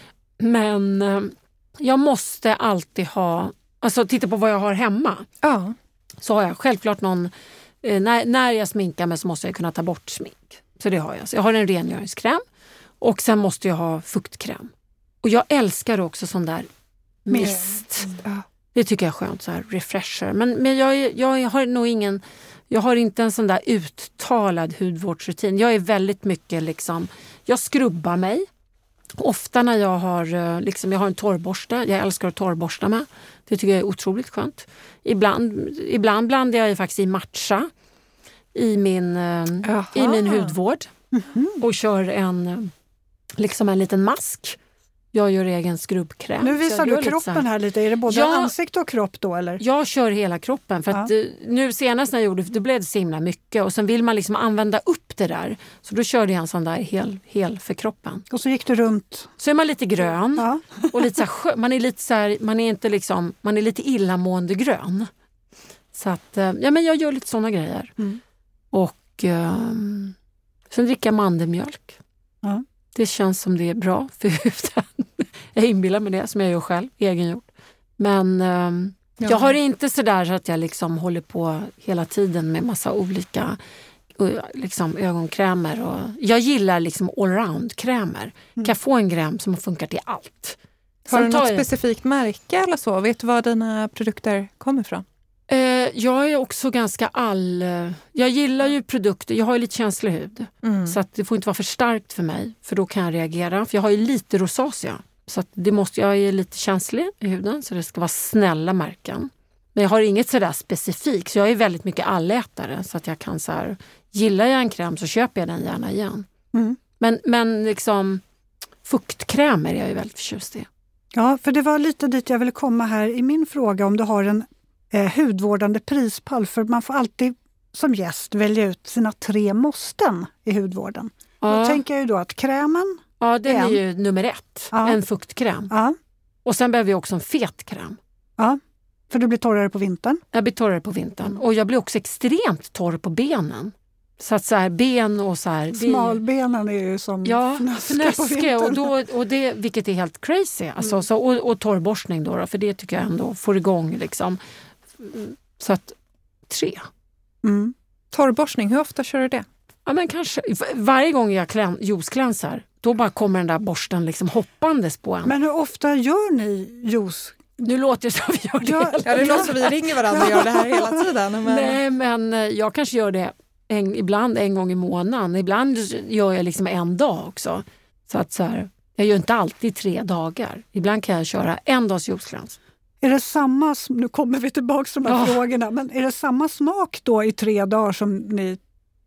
Men eh, jag måste alltid ha, alltså titta på vad jag har hemma. Ja. Så har jag självklart någon, eh, när, när jag sminkar mig så måste jag kunna ta bort smink. Så det har jag. Så jag har en rengöringskräm och sen måste jag ha fuktkräm. Och jag älskar också sån där mist. Ja. Det tycker jag är skönt, så här refresher. Men, men jag, är- jag har nog ingen, jag har inte en sån där uttalad hudvårdsrutin. Jag är väldigt mycket liksom, jag skrubbar mig. Ofta när jag har, eh, liksom, jag har en torrborste, jag älskar att torrborsta med. Det tycker jag är otroligt skönt. Ibland, ibland blandar jag ju faktiskt i matcha i min, eh, Jaha. i min hudvård. Och kör en, eh, liksom en liten mask. Jag gör egen skrubbkräm. Nu Så visar jag du gör lite kroppen så här lite. Är det både Ja. ansikte och kropp då eller? Jag kör hela kroppen. För att Ja. eh, nu senast när jag gjorde det, då blev det så himla mycket. Och sen vill man liksom använda upp det där. Så då körde jag en sån där hel, hel för kroppen. Och så gick du runt. Så är man lite grön. Ja. Och lite så här, skö- man är lite så här, man är inte liksom, man är lite illamående grön. Så att, eh, ja men jag gör lite såna grejer. Mm. Och ehm, sen dricker jag mandelmjölk. Ja. Det känns som det är bra för huden. Jag inbillar mig det, som jag gör själv, egengjort. Men ehm, Ja. jag har inte sådär så att jag liksom håller på hela tiden med massa olika uh, liksom ögonkrämer. Och jag gillar liksom allround-krämer. Kan jag få en kräm som funkar till allt? Har Sen du tar något jag- specifikt märke eller så? Vet du var dina produkter kommer ifrån? Eh, jag är också ganska all... eh, Jag gillar ju produkter, jag har ju lite känslig hud. Mm. Så att det får inte vara för starkt för mig, för då kan jag reagera. För jag har ju lite rosacea. Så att det måste, jag är lite känslig i huden, så det ska vara snälla märken. Men jag har inget sådär specifikt, så jag är väldigt mycket allätare. Så att jag kan så här, gillar jag en kräm så köper jag den gärna igen. Mm. Men, men liksom fuktkrämer är jag ju väldigt förtjust i. Ja, för det var lite dit jag ville komma här i min fråga om du har en eh, hudvårdande prispall. För man får alltid som gäst välja ut sina tre måsten i hudvården. Då Ja, tänker jag ju då att krämen, ja den är en. ju nummer ett. Ja. En fuktkräm. ja, Och sen behöver jag också en fet kräm. ja, för du blir torrare på vintern. Jag blir torrare på vintern. Och jag blir också extremt torr på benen. Så att så här, ben och så här... det- Smalbenen är ju som Ja, fnöske på fnöske. vintern. Och då, och det, vilket är helt crazy. Alltså, Mm. så, och, och torrborstning då, då, för det tycker jag ändå får igång. Liksom. Så att tre. Mm. Torrborstning, hur ofta kör du det? Ja, men kanske, varje gång jag klän, juiceklänsar, då bara kommer den där borsten liksom hoppandes på en. Men hur ofta gör ni juice? Nu låter det som vi gör det Ja, hela Ja, det låter som vi ringer varandra och gör det här hela tiden. Men... Nej, men eh, jag kanske gör det en, ibland en gång i månaden. Ibland gör jag liksom en dag också. Så att så här, jag gör inte alltid tre dagar. Ibland kan jag köra en dags juiceglans. Är det samma, nu kommer vi tillbaka till de här Ja. frågorna, men är det samma smak då i tre dagar som ni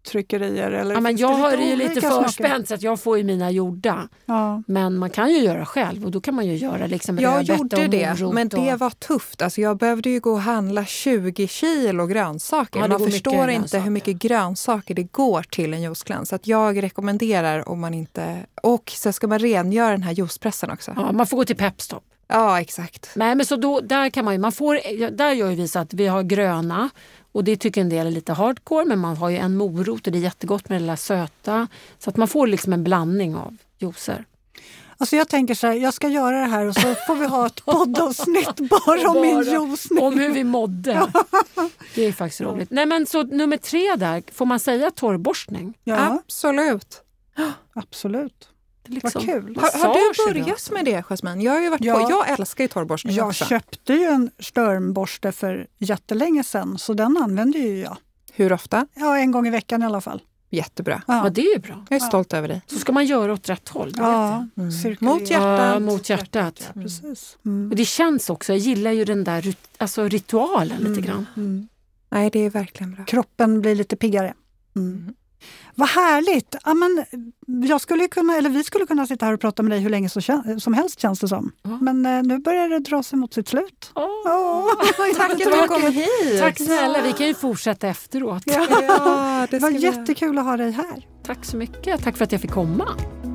tryckerier? Eller ja, men finns jag det har lite det ju lite olika smaker? förspänt så att jag får ju mina gjorda. Ja. Men man kan ju göra själv och då kan man ju göra liksom Jag rödbeta gjorde och det, morot men det och... var tufft. Alltså jag behövde ju gå och handla tjugo kilo grönsaker. Ja, det man går förstår mycket inte grönsaker. hur mycket grönsaker det går till en juiceblend. Så att jag rekommenderar om man inte... Och så ska man rengöra den här juicepressen också. Ja, man får gå till Pepstop. Ja, exakt. Nej, men så då, där kan man ju, man får, där gör ju vi så att vi har gröna och det tycker en del är lite hardcore, men man har ju en morot och det är jättegott med det där söta. Så att man får liksom en blandning av juicer. Alltså jag tänker så här, jag ska göra det här och så får vi ha ett poddavsnitt bara om min juicning. Om hur vi mådde. Det är faktiskt roligt. Nej, men så nummer tre där, får man säga torrborstning? Ja, Absolut. absolut. Vad kul. Har, har du Massage börjat med det, Jasmine? Jag har ju varit Ja. på. Jag älskar ju torrborstning Jag också. köpte ju en störmborste för jättelänge sedan, så den använder ju jag. Hur ofta? Ja, en gång i veckan i alla fall. Jättebra. Ja, Ja, det är ju bra. Jag är stolt över dig. Så ska man göra åt rätt håll. det vet ja. Mm. cirkulera. Mot hjärtat. Ja, mot hjärtat. Ja, precis. jag. Mm. Och det känns också, jag gillar ju den där rit- alltså ritualen lite grann. Mm. Nej, det är verkligen bra. Kroppen blir lite piggare. Mm. Mm. Vad härligt! Ja, men jag skulle kunna, eller vi skulle kunna sitta här och prata med dig hur länge så, som helst, känns det som. Ja. Men eh, nu börjar det dra sig mot sitt slut. Åh. Åh, Tack att du kom hit! Tack snälla, vi kan ju fortsätta efteråt. Ja. Ja, det Det var ska vi göra. jättekul att ha dig här. Tack så mycket, tack för att jag fick komma.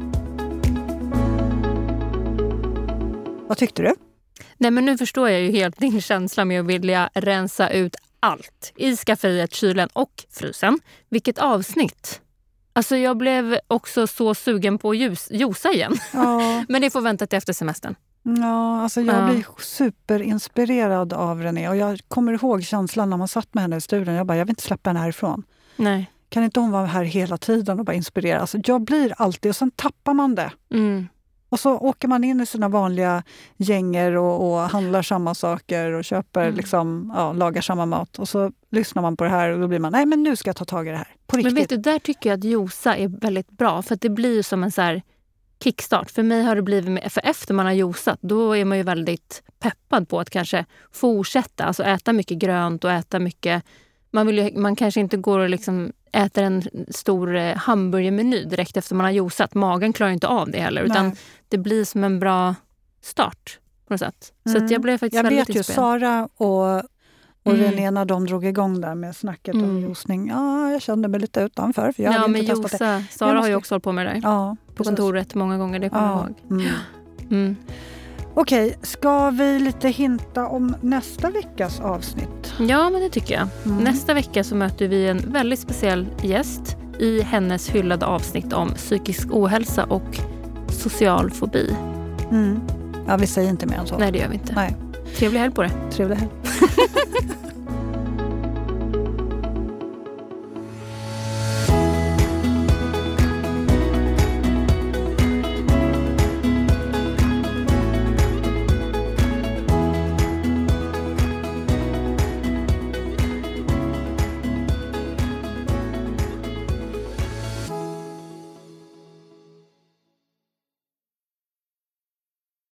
Vad tyckte du? Nej, men nu förstår jag ju helt din känsla med att vilja rensa ut allt i skafferiet, kylen och frysen. Vilket avsnitt! Alltså jag blev också så sugen på att ljus, josa igen. Ja, Men det får vänta till efter semestern. ja alltså jag Ja. blir superinspirerad av René. Och jag kommer ihåg känslan när man satt med henne i studion. Jag bara, jag vill inte släppa henne härifrån. Nej. Kan inte hon vara här hela tiden och bara inspirera? Alltså jag blir alltid, och sen tappar man det. Mm. Och så åker man in i sina vanliga gänger och, och handlar samma saker och köper, Mm. liksom, ja, lagar samma mat. Och så lyssnar man på det här och då blir man, nej men nu ska jag ta tag i det här. På riktigt. Men vet du, där tycker jag att josa är väldigt bra. För att det blir ju som en så här kickstart. För mig har det blivit, med, för efter man har josat, då är man ju väldigt peppad på att kanske fortsätta. Alltså äta mycket grönt och äta mycket... Man, vill ju, man kanske inte går och liksom äter en stor eh, hamburgermeny direkt efter man har josat. Magen klarar inte av det heller. Utan Nej. det blir som en bra start på något sätt. Så Mm. att jag blev faktiskt Jag väldigt vet ju, inspirerad. Sara och, och Mm. René, när de drog igång där med snacket om Mm. josning. Ja, jag kände mig lite utanför, för jag Ja, hade men inte testat det. josa. Sara måste- har ju också hållit på med det där. Ja, På precis. kontoret många gånger, det kommer jag Ja. ihåg. Mm. Mm. Okej, ska vi lite hinta om nästa veckas avsnitt? Ja, men det tycker jag. Mm. Nästa vecka så möter vi en väldigt speciell gäst i hennes hyllade avsnitt om psykisk ohälsa och social fobi. Mm. Ja, vi säger inte mer än så. Nej, det gör vi inte. Nej. Trevlig helg på det. Trevlig helg.